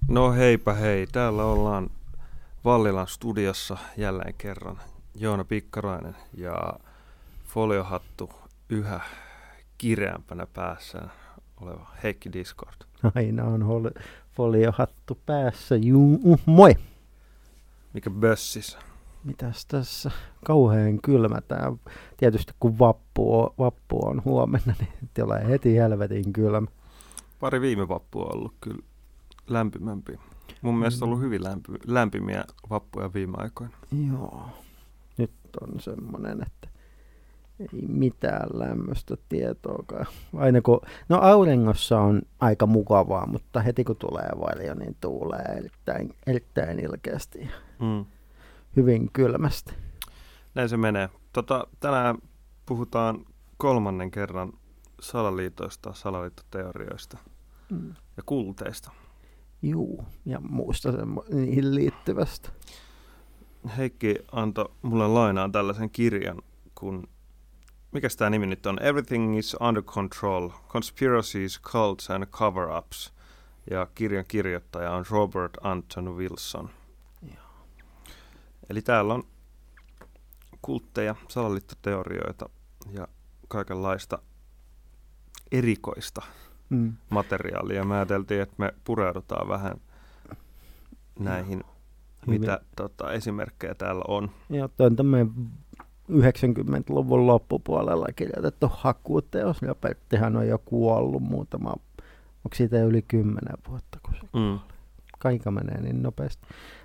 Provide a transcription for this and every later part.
No heipä hei, täällä ollaan Vallilan studiossa jälleen kerran. Joona Pikkarainen ja foliohattu yhä kireämpänä päässään oleva Heikki Discord. Aina on foliohattu päässä. Moi! Mikä bössis? Mitäs tässä? Kauhean kylmä tää. Tietysti kun vappu on huomenna, niin tulee heti helvetin kylmä. Pari viime vappua on ollut kyllä lämpimämpiä. Mun mielestä on ollut hyvin lämpimiä vappuja viime aikoina. Joo. Nyt on semmonen, että ei mitään lämmöstä tietoakaan. Aina kun, no auringossa on aika mukavaa, mutta heti kun tulee varjo, niin tuulee erittäin ilkeästi. Hyvin kylmästi. Näin se menee. Tänään puhutaan kolmannen kerran salaliitoista, salaliittoteorioista ja kulteista. Juu, ja muusta niihin liittyvästä. Heikki antoi mulle lainaan tällaisen kirjan, kun mikäs tämä nimi nyt on? Everything is under control, conspiracies, cults and cover-ups. Ja kirjan kirjoittaja on Robert Anton Wilson. Joo. Eli täällä on kultteja, salaliittoteorioita ja kaikenlaista erikoista materiaalia. Me ajateltiin, että me pureudutaan vähän näihin, mitä esimerkkejä täällä on. Joo, tuo on tämmöinen 90-luvun loppupuolella kirjoitettu hakuteos. Löpettihän on jo kuollut muutama, onko siitä yli 10 vuotta, kun se kuoli. Kaikki menee niin nopeasti.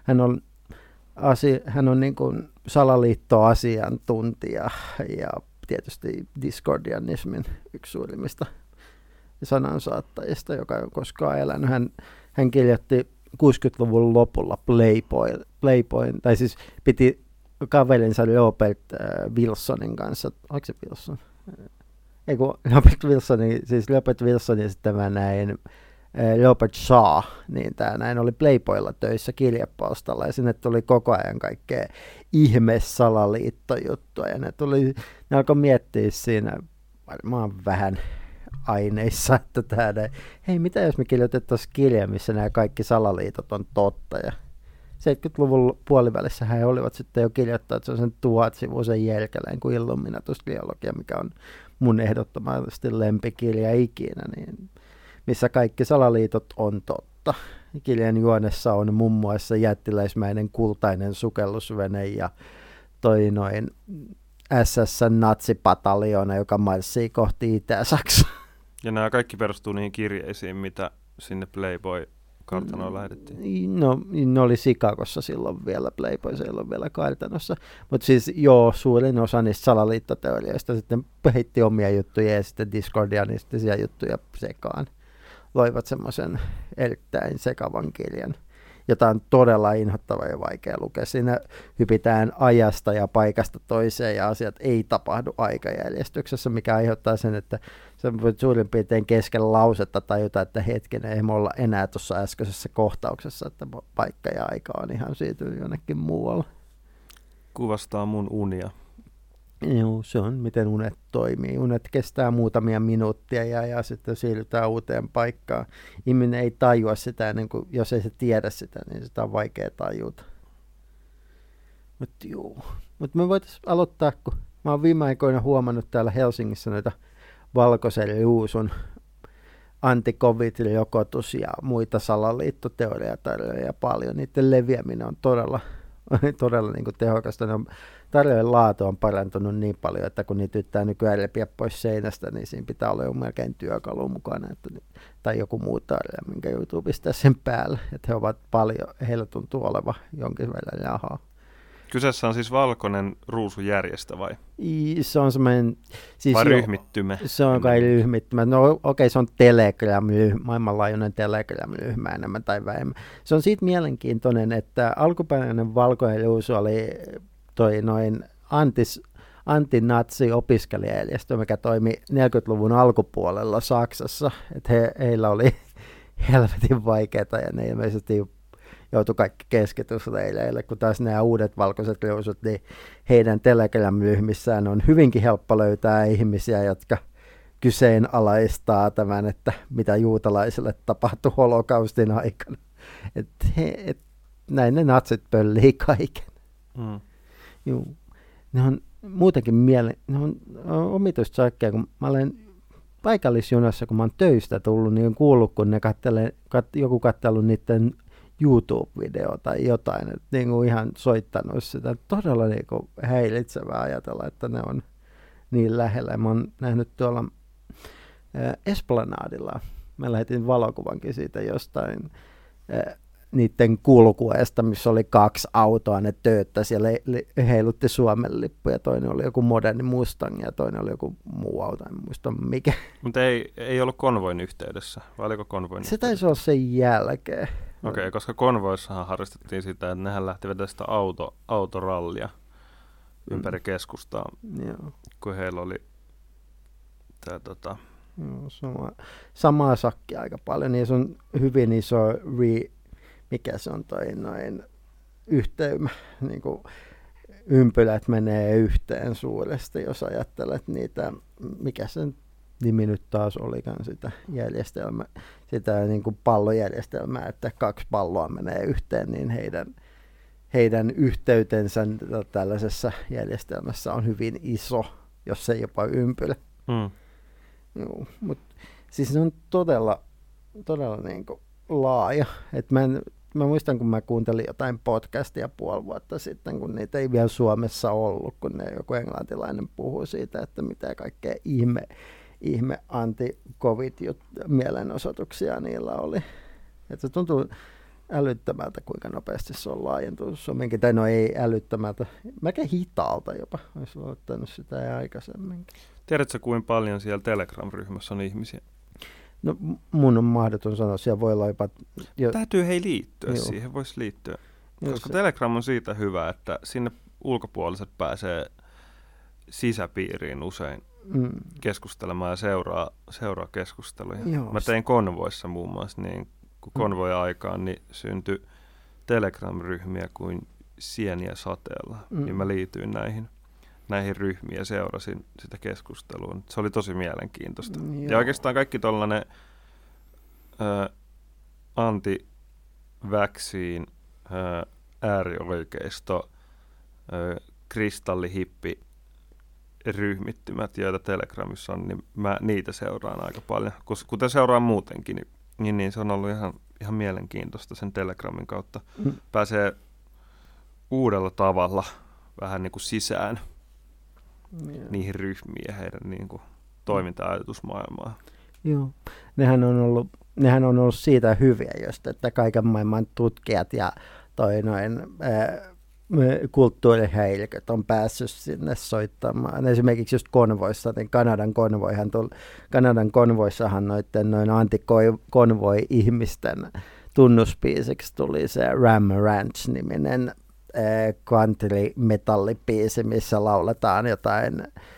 Hän on niin kuin salaliittoasiantuntija ja tietysti discordianismin yksi suurimmista sanansaattajista, joka on koskaan elänyt. Hän kirjoitti 60-luvun lopulla Playboyn, tai siis piti kaverinsa Robert Wilsonin kanssa, oliko se Wilson? Ei kun Robert Wilsonin sitten mä näin Robert Shaw, niin tämä näin oli Playboylla töissä kirjepalstalla ja sinne tuli koko ajan kaikkea ihme-salaliittojuttua ja ne alkoi miettiä siinä varmaan vähän aineissa, että hei mitä jos me kirjoitettaisiin kirja, missä nämä kaikki salaliitot on totta ja 70-luvun puolivälissä he olivat sitten jo kirjoittaa, että se on sen 1000-sivuisen jälkeleen kuin Illuminatus-trilogia, mikä on mun ehdottomasti lempikirja ikinä, niin missä kaikki salaliitot on totta. Kirjan juonessa on muun muassa jättiläismäinen kultainen sukellusvene ja SS-natsipataljona, joka marssii kohti Itä-Saksaa. Ja nämä kaikki perustuu niihin kirjeisiin, mitä sinne Playboy-kartanoon lähetettiin. No, ne oli Chicagossa silloin vielä, Playboy se ei ollut vielä kartanossa. Mutta siis joo, suurin osa niistä salaliittoteorioista sitten heitti omia juttuja ja sitten discordianistisia juttuja sekaan. Loivat semmoisen erittäin sekavan kirjan, jota on todella inhottava ja vaikea lukea. Siinä hypitään ajasta ja paikasta toiseen ja asiat ei tapahdu aikajärjestyksessä, mikä aiheuttaa sen, että se voi suurin piirtein kesken lausetta tajuta, että hetkinen, ei me olla enää tuossa äskeisessä kohtauksessa, että paikka ja aika on ihan siirtynyt jonnekin muualle. Kuvastaa mun unia. Joo, se on miten unet toimii. Unet kestää muutamia minuuttia ja sitten siirrytään uuteen paikkaan. Ihminen ei tajua sitä, ennen kuin, jos ei se tiedä sitä, niin sitä on vaikea tajuta. Mutta me voitaisiin aloittaa, kun mä oon viime aikoina huomannut täällä Helsingissä noita valkoisen ruusun anti-covid-rokotus ja muita salaliittoteoriatarjoja paljon. Niiden leviäminen on todella niin kuin tehokasta. Tarjojen laatu on parantunut niin paljon, että kun niitä yrittää nykyään repiä pois seinästä, niin siinä pitää olla jo melkein työkalu mukana tai joku muu tarjoja, minkä joutuu pistää sen päälle. Että he ovat paljon, heillä tuntuu oleva jonkin verran rahaa. Kyseessä on siis valkoinen ruusujärjestö vai? Se on semmoinen... Siis vai ryhmittymä? Se on kai ryhmittymä. No okei, se on maailmanlaajuinen Telegram-ryhmä enemmän tai vähemmän. Se on siitä mielenkiintoinen, että alkuperäinen valkoinen ruusu oli antinatsi-opiskelijajärjestö, mikä toimi 40-luvun alkupuolella Saksassa. Että heillä oli helvetin vaikeaa ja ne ilmeisesti joutui kaikki keskitysleileille, kun taas nämä uudet valkoiset ruusut, niin heidän Telegram-ryhmissään on hyvinkin helppo löytää ihmisiä, jotka kyseenalaistaa tämän, että mitä juutalaisille tapahtui holokaustin aikana. Näin ne natsit pöllii kaiken. Joo. Ne on muutenkin ne on omituista sakkia, kun mä olen paikallisjunassa, kun mä oon töistä tullut, niin on kuullut, kun ne joku katsellut niiden YouTube-video tai jotain, että niin kuin ihan soittanut sitä. Todella niin kuin häiritsevää ajatella, että ne on niin lähellä. Mä oon nähnyt tuolla Esplanadilla. Mä lähetin valokuvankin siitä jostain niiden kulkueesta, missä oli 2 autoa, ne tööttäisi ja heilutti Suomen lippuja. Toinen oli joku moderni Mustang ja toinen oli joku muu auto, en muista mikä. Mutta ei ollut konvoin yhteydessä, vai oliko konvoin yhteydessä? Se taisi olla sen jälkeen. Okei, koska konvoissahan harrastettiin sitä, että nehän lähtivät tästä autorallia ympäri keskustaa, kun heillä oli samaa sakkia aika paljon, niin se on hyvin iso mikä se on yhteymä, niin kuin ympylät menee yhteen suuresti, jos ajattelet niitä, mikä sen nimi nyt taas olikaan sitä järjestelmää, sitä niin kuin pallojärjestelmää, että 2 palloa menee yhteen, niin heidän yhteytensä tällaisessa järjestelmässä on hyvin iso, jos ei jopa ympylä. Joo, mutta siis se on todella niin kuin laaja. Et mä muistan, kun mä kuuntelin jotain podcastia puoli vuotta sitten, kun niitä ei vielä Suomessa ollut, kun joku englantilainen puhuu siitä, että mitä kaikkea ihme anti-covid-mielenosoituksia niillä oli. Et se tuntuu älyttömältä, kuinka nopeasti se on laajentunut Suomenkin. Tai no ei älyttömältä, melkein hitaalta jopa. Olisi ottanut sitä aikaisemminkin. Tiedätkö, kuinka paljon siellä Telegram-ryhmässä on ihmisiä? No mun on mahdoton sanoa, siellä voi olla jopa... Täytyy liittyä siihen, voisi liittyä. Koska Telegram on siitä hyvä, että sinne ulkopuoliset pääsee sisäpiiriin usein keskustelemaan ja seuraa keskusteluja. Joo. Mä tein konvoissa muun muassa, niin kun konvoja aikaan, niin syntyi Telegram-ryhmiä kuin sieniä sateella, niin mä liityin näihin ryhmiin ja seurasin sitä keskustelua. Se oli tosi mielenkiintoista. Joo. Ja oikeastaan kaikki tollainen anti-vaccine, äärioikeisto, kristallihippi ryhmittymät, joita Telegramissa on, niin mä niitä seuraan aika paljon. Kuten seuraan muutenkin, niin se on ollut ihan mielenkiintoista sen Telegramin kautta. Pääsee uudella tavalla vähän niin kuin sisään niihin ryhmiin ja heidän niin kuin toiminta-ajatusmaailmaan. Joo, nehän on ollut siitä hyviä just, että kaiken maailman tutkijat ja kulttuurihäiriköt on päässyt sinne soittamaan. Esimerkiksi just konvoissa, niin Kanadan konvoissahan noin antikonvoi-ihmisten tunnuspiisiksi tuli se Ram Ranch-niminen country-metallipiisi, missä lauletaan jotain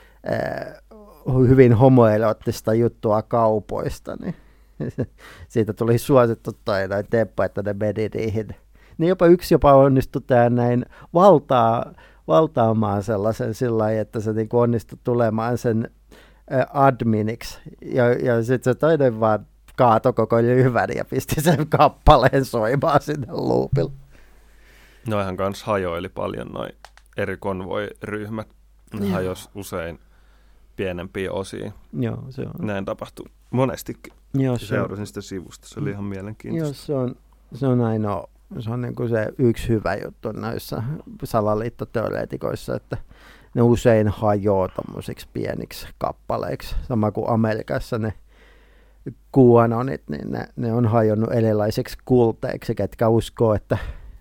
hyvin homoeroottista juttua kaupoista. Niin siitä tuli suosittu teppo, että ne meni niihin. Niin jopa onnistui näin valtaamaan sellaisen sillä lailla, että se niin onnistui tulemaan sen adminiksi. Ja sitten se toinen vaan kaatoi koko lyhvän ja pisti sen kappaleen soimaan sinne loopilla. Noihan kanssa hajoili paljon noi eri konvoi-ryhmät. Ne hajosi usein pienempiä osiin. Joo, se on. Näin tapahtui monestikin. Joo, seurasin sitä sivusta. Se oli ihan mielenkiintoista. Joo, se on ainoa. Se on niin kuin se yksi hyvä juttu näissä salaliittoteoreetikoissa, että ne usein hajoaa tommosiksi pieniksi kappaleiksi. Sama kuin Amerikassa ne QAnonit, niin ne on hajonnut erilaisiksi kulteiksi, ketkä uskoo, että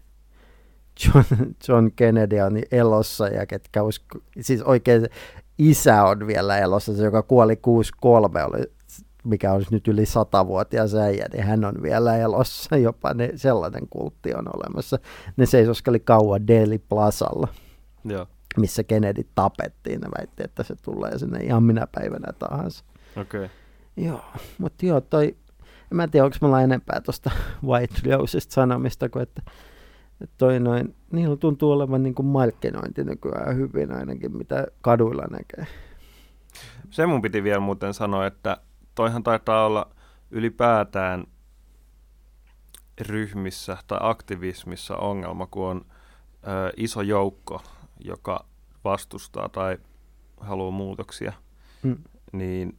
John Kennedy on elossa ja ketkä uskoo, siis oikein se isä on vielä elossa, se joka kuoli 63, mikä olisi nyt yli 100-vuotias äijä, niin hän on vielä elossa, jopa sellainen kultti on olemassa. Ne seisoskeli kauan Dealey Plazalla, missä Kennedy tapettiin, ne väitti, että se tulee sinne ihan minä päivänä tahansa. Okei. Joo, mutta joo, en mä tiedä, onko mulla enempää tuosta White Rosesta sanomista, kuin että niillä tuntuu olevan niin kuin markkinointi nykyään hyvin ainakin, mitä kaduilla näkee. Se mun piti vielä muuten sanoa, että toihan taitaa olla ylipäätään ryhmissä tai aktivismissa ongelma, kun on iso joukko, joka vastustaa tai haluaa muutoksia, niin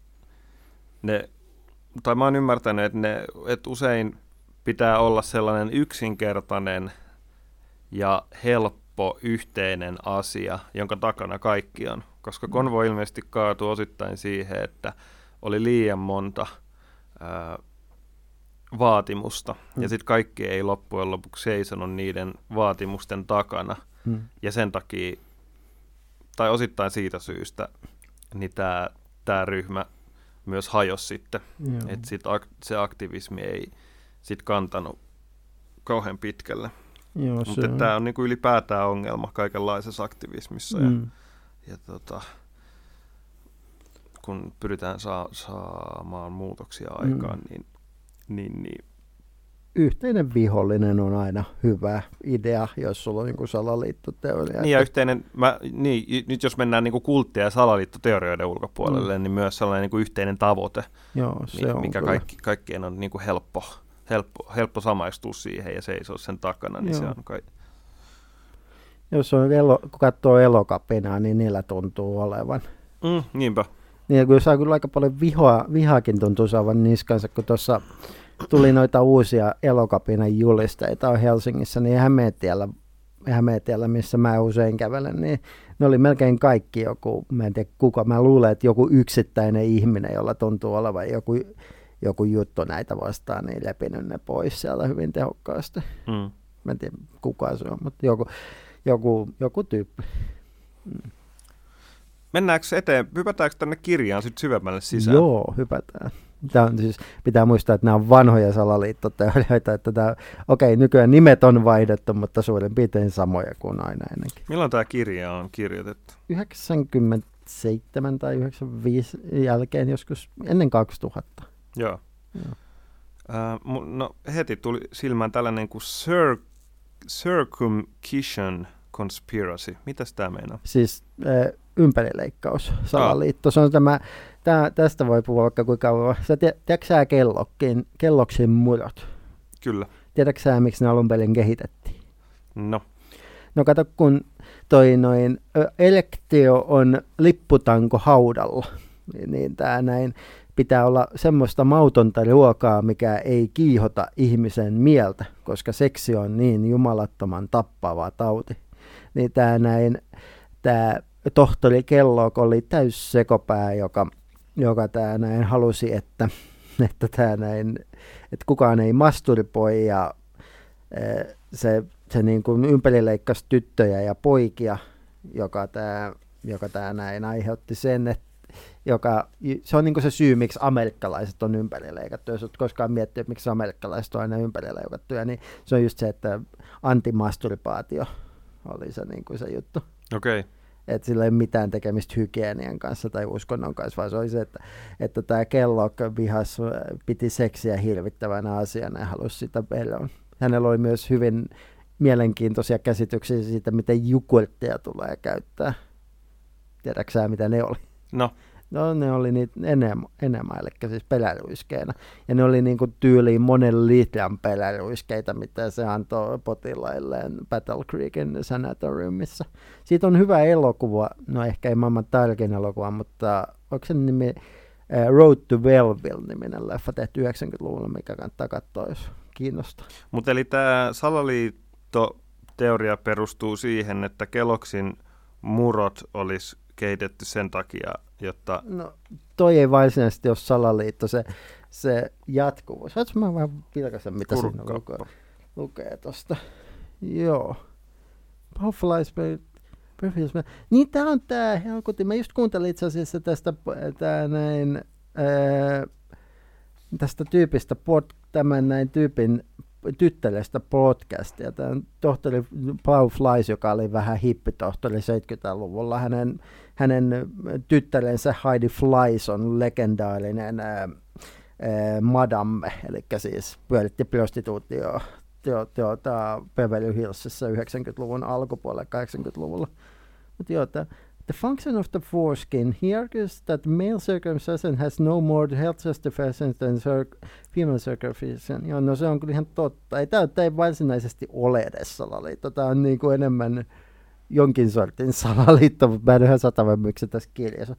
tai mä oon ymmärtänyt, että usein pitää olla sellainen yksinkertainen ja helppo yhteinen asia, jonka takana kaikki on. Koska konvoi ilmeisesti kaatui osittain siihen, että oli liian monta vaatimusta, ja sitten kaikki ei loppujen lopuksi seisonut niiden vaatimusten takana. Ja sen takia, tai osittain siitä syystä, niin tämä ryhmä myös hajosi sitten. Että se aktivismi ei sitten kantanut kauhean pitkälle. Mutta tämä on niinku ylipäätään ongelma kaikenlaisessa aktivismissa. Ja kun pyritään saamaan muutoksia aikaan, niin yhteinen vihollinen on aina hyvä idea, jos sulla on niin salaliittoteoria. Niin, ja nyt jos mennään niin kulttia ja salaliittoteorioiden ulkopuolelle, niin myös sellainen niin yhteinen tavoite, mikä kaikkien on niin helppo samaistua siihen ja seisoo sen takana, niin se on kai. Jos on kun katsoo Elokapinaa, niin niillä tuntuu olevan. Niinpä. Niin, kun saa kyllä aika paljon vihaakin tuntuu saavan niskansa, kun tuossa tuli noita uusia Elokapinan julisteita on Helsingissä, niin Hämeetiellä, missä mä usein kävelen, niin ne oli melkein kaikki joku, mä en tiedä kuka, mä luulen, että joku yksittäinen ihminen, jolla tuntuu olevan joku juttu näitä vastaan, niin lepinyt ne pois sieltä hyvin tehokkaasti. Mä en tiedä kuka se on, mutta joku tyyppi. Mennäänkö hypätäänkö tänne kirjaan sitten syvemmälle sisään? Joo, hypätään. Tämä on siis, pitää muistaa, että nämä on vanhoja salaliittoteorioita, että nykyään nimet on vaihdettu, mutta suurin piirtein samoja kuin aina ennenkin. Milloin tämä kirja on kirjoitettu? 97 tai 95 jälkeen, joskus ennen 2000. Joo. No heti tuli silmään tällainen kuin Circumcision Conspiracy. Mitäs tämä meinaa? Siis ympärileikkaus, salaliitto. Se on tästä voi puhua vaikka kuinka kauan. Tiedätkö sä kelloksin murot? Kyllä. Tiedätkö sä, miksi ne alun perin kehitettiin? No kato, kun elektio on lipputanko haudalla, niin tää näin pitää olla semmoista mautonta ruokaa, mikä ei kiihota ihmisen mieltä, koska seksi on niin jumalattoman tappava tauti. Niin tämä tohtori Kellogg oli täys sekopää, joka tämä näin halusi, että kukaan ei masturboi ja se niin kuin ympärileikkasi tyttöjä ja poikia, joka tämä näin aiheutti sen, että se on niin kuin se syy, miksi amerikkalaiset on ympärileikattuja. Jos olet koskaan miettinyt, miksi amerikkalaiset on aina ympärileikattuja, niin se on just se, että antimasturbaatio oli se, niin kuin se juttu. Okei. Että sillä ei ole mitään tekemistä hygienian kanssa tai uskonnon kanssa, vaan se oli se, että tämä Kellogg piti seksiä hirvittävänä asiana ja halusi sitä eroon. Hänellä oli myös hyvin mielenkiintoisia käsityksiä siitä, miten jogurtteja tulee käyttää. Tiedätkö sä, mitä ne oli? No, ne oli niitä enemmän, eli siis peläruiskeina. Ja ne oli niinku tyyliin monen litran peläruiskeita, mitä se antoi potilailleen Battle Creekin sanatoriumissa. Siitä on hyvä elokuva, no ehkä ei maailman tärkein elokuva, mutta onko se nimi Road to Wellville-niminen leffa tehty 90-luvulla, mikä kannattaa katsoa, jos kiinnostaa. Mutta eli tämä salaliittoteoria perustuu siihen, että Kelloggsin murot olisi kehitetty sen takia, jotta... No, toi ei varsinaisesti ole salaliitto, se jatkuvuus. Saatko mä vähän vilkaista, mitä siinä lukee tuosta? Joo. Niin tää on tää, helkutin. Mä just kuuntelin itse asiassa tästä tyypistä, tämän näin tyypin tyttärestä podcastia. Tämä on tohtori Paul Flies, joka oli vähän hippitohtori 70-luvulla. Hänen tyttärensä Heidi Flies on legendaarinen madamme, eli siis pyöritti prostituutioa Beverly Hillsissä 90-luvun alkupuolella, 80-luvulla. Mutta joo, The function of the foreskin. He argues that male circumcision has no more health justification than female circumcision. Joo, no se on kyllä ihan totta. Tämä ei varsinaisesti ole edes salaliitto. Tämä on niin kuin enemmän jonkin sortin salaliitto, mutta mä en ihan satavarmiksi tässä kirjassa.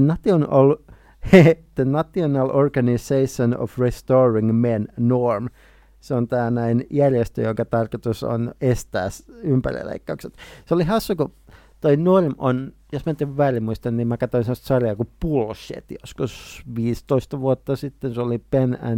The National Organization of Restoring Men, NORM. Se on tämä näin järjestö, jonka tarkoitus on estää ympärileikkaukset. Se oli hassu, kun toi NORM on, jos mä en väärin muistan, niin mä katsoin sellaista sarjaa kuin Bullshit joskus 15 vuotta sitten. Se oli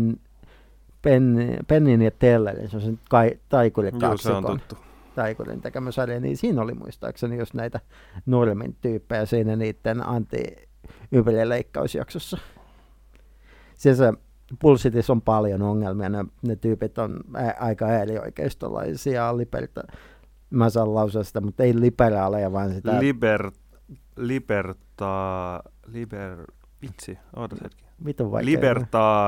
Pennin ja Tellerin, se on sen taikurin kaksikon. Taikurin tekemä sarja, niin siinä oli muistaakseni just näitä NORMin tyyppejä siinä niiden anti-ympärileikkausjaksossa. Siis Bullshitissa on paljon ongelmia, ne tyypit on aika äärioikeistolaisia, mä saan lausua sitä, mutta ei liberaaleja, vaan sitä... Vitsi, ootas hetki. Mitä vaikea?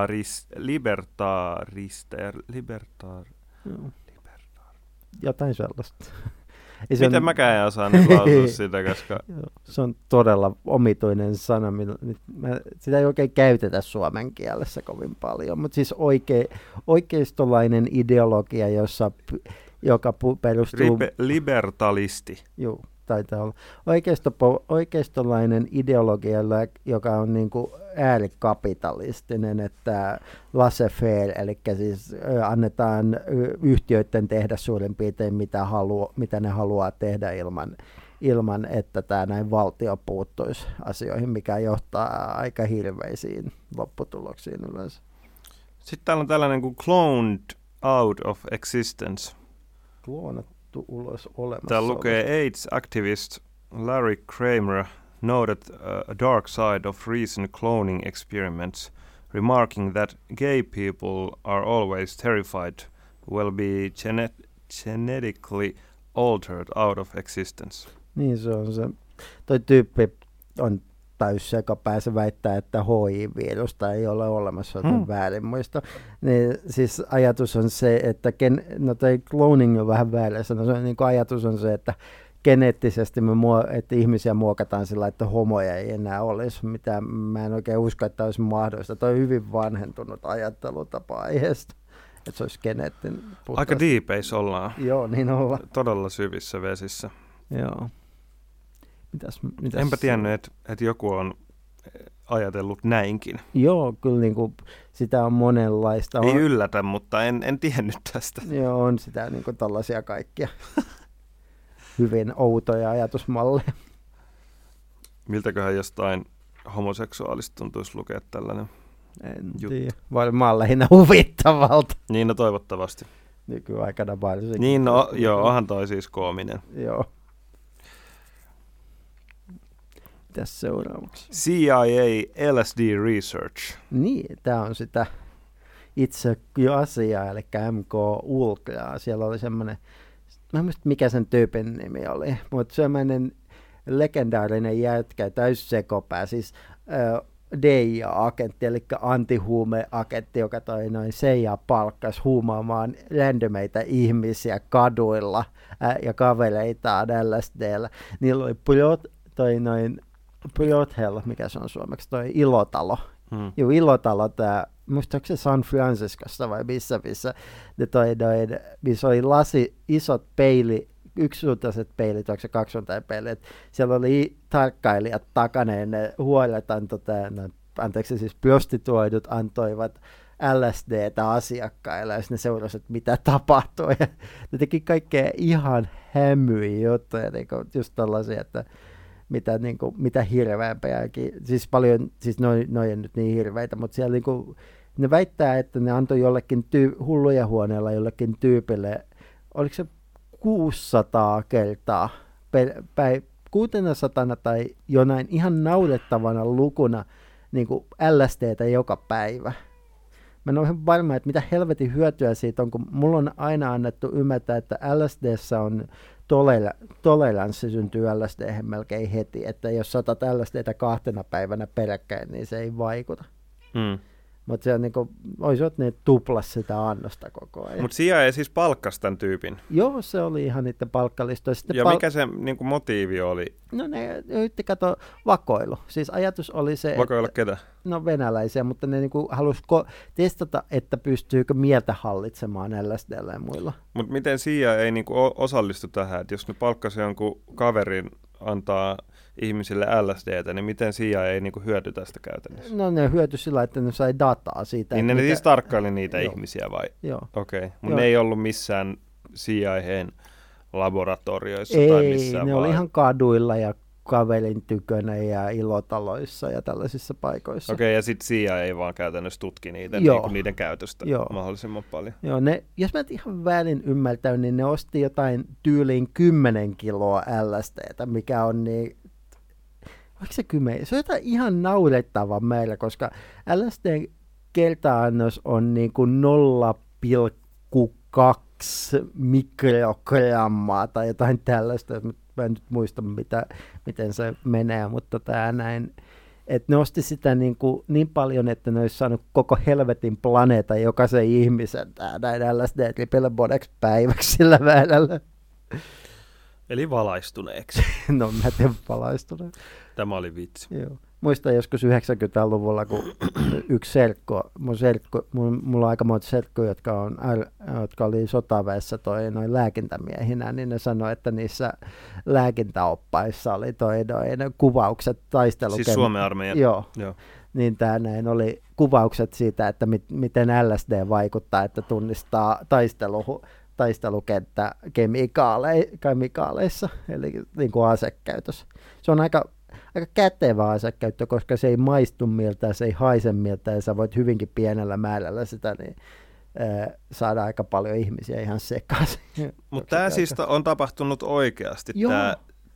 Jotain sellaista. Miten mäkään en osaa nyt lausua sitä, koska... Se on todella omituinen sana. Sitä ei oikein käytetä suomen kielessä kovin paljon, mutta siis oikeistolainen ideologia, joka perustuu... Libertalisti. Joo, taitaa olla. Oikeistolainen ideologia, joka on niin kuin äärikapitalistinen, että laissez-faire, eli siis annetaan yhtiöiden tehdä suurin piirtein mitä ne haluaa tehdä ilman että tämä näin valtio puuttuisi asioihin, mikä johtaa aika hirveisiin lopputuloksiin yleensä. Sitten täällä on tällainen kuin cloned out of existence. Kloonattu ulos olemassa. Täällä lukee AIDS activist Larry Kramer noted a dark side of recent cloning experiments, remarking that gay people are always terrified will be genetically altered out of existence. Niin se on se. Toi tyyppi on täys sekapää, se väittää, että HIV-virusta ei ole olemassa, joten väärin muista. Niin, siis ajatus on se, että toi cloning on vähän väärin sana, niin ajatus on se, että geneettisesti että ihmisiä muokataan sillä, että homoja ei enää olisi, mitä mä en oikein usko, että olisi mahdollista. Toi on hyvin vanhentunut ajattelutapa aiheesta, että se olisi geneettinen. Aika deepeis ollaan. Joo, niin ollaan. Todella syvissä vesissä. Joo. Mitäs enpä tiennyt, että joku on ajatellut näinkin. Joo, kyllä niin kuin sitä on monenlaista. Ei yllätä, mutta en tiennyt tästä. Joo, on sitä niin kuin tällaisia kaikkia hyvin outoja ajatusmalleja. Miltäköhän jostain homoseksuaalista tuntuisi lukea tällainen juttu? Tiedä. Varmaan lähinnä huvittavalta. Niin, no toivottavasti. Nykyaikana varsinkin. Niin, no joo, onhan toi siis koominen. Joo. Mitäs seuraavaksi? CIA LSD Research. Niin, tämä on sitä itse asiaa, eli MK Ultra. Siellä oli semmoinen, mä en muista mikä sen tyypin nimi oli, mutta semmoinen legendaarinen jätkä, täys sekopää, siis DIA-agentti, eli antihuumeagentti, joka toi noin CIA palkkas huumaamaan randomeita ihmisiä kaduilla ja kavereitaan LSD:llä. Niillä oli Brothel, mikä se on suomeksi, toi Ilotalo. Joo, Ilotalo, muistaako se San Franciscossa vai missä missä oli isot yksisuuntaiset peilit, onko se kaksisuuntainen peili, että siellä oli tarkkailijat takana ja ne huolet siis prostituoidut antoivat LSDtä asiakkaille, ja ne seurasivat, mitä tapahtui. Ja ne teki kaikkea ihan hämyjä juttuja, niin just tällaisia, että mitä hirveämpiäkin, siis paljon, siis noi nyt niin hirveitä, mutta siellä ne väittää, että ne antoi jollekin hulluja huoneella jollekin tyypille, oliko se 600 kertaa, 600 tai jonain ihan naurettavana lukuna niin kuin LSDtä joka päivä. Mä en ole ihan varma, että mitä helvetin hyötyä siitä on, kun mulla on aina annettu ymmärtää, että LSDssä on toleranssi syntyy LSD:hen melkein heti, että jos saatat LSDtä 2 päivänä peräkkäin, niin se ei vaikuta. Mutta se on niinku, olisi ne tuplas sitä annosta koko ajan. Mutta CIA siis palkkasi tämän tyypin. Joo, se oli ihan niiden palkkalistoja. Ja mikä se niinku motiivi oli? No ne yritti katsoa vakoilu. Siis ajatus oli se, vakoilla ketä? No venäläisiä, mutta ne niinku halusi testata, että pystyykö mieltä hallitsemaan LSD:llä ja muilla. Mutta miten CIA ei niinku osallistu tähän? Et jos ne palkkasi jonkun kaverin antaa ihmisille LSDtä, niin miten CIA ei niinku hyödy tästä käytännössä? No ne hyöty sillä, että ne sai dataa siitä. Niin ne siis tarkkaili niitä ihmisiä vai? Joo. Okei, mutta ne ei ollut missään CIA:n laboratorioissa ei, tai missään? Ne oli ihan kaduilla ja kavelin tykönä ja ilotaloissa ja tällaisissa paikoissa. Okei, ja sitten CIA ei vaan käytännössä tutki niitä, niinku niiden käytöstä mahdollisimman paljon. Joo, jos mä et ihan väärin ymmärtänyt, niin ne osti jotain tyyliin 10 kiloa LSDtä, mikä on niin... Oliko se 10? Se on jotain ihan naurettava määrä, koska LSDn kerta-annos on niin kuin 0,2 mikrogrammaa tai jotain tällaista. Mä en nyt muista, miten se menee, mutta näin. Että ne osti sitä niin paljon, että ne olisi saanut koko helvetin planeetan jokaisen ihmisen näin LSD-tripelebodeksi päiväksi sillä väärällä. Eli valaistuneeksi. No mä teen valaistuneen. Tämä oli vitsi. Joo. Muistan joskus 90-luvulla, kun yksi mulla on aika monta serkkoja, jotka oli sotaväessä noin lääkintämiehinä, niin ne sanoi, että niissä lääkintäoppaissa oli noin kuvaukset Siis Suomen armeijan? Joo. Niin näin oli kuvaukset siitä, että miten LSD vaikuttaa, että tunnistaa taistelukenttä kemikaaleissa, eli niin kuin asekäytössä. Se on aika kätevä asekäyttö, koska se ei maistu miltään, se ei haise miltään, ja sä voit hyvinkin pienellä määrällä sitä saada aika paljon ihmisiä ihan sekaisin. Mutta tämä siis on tapahtunut oikeasti, tämä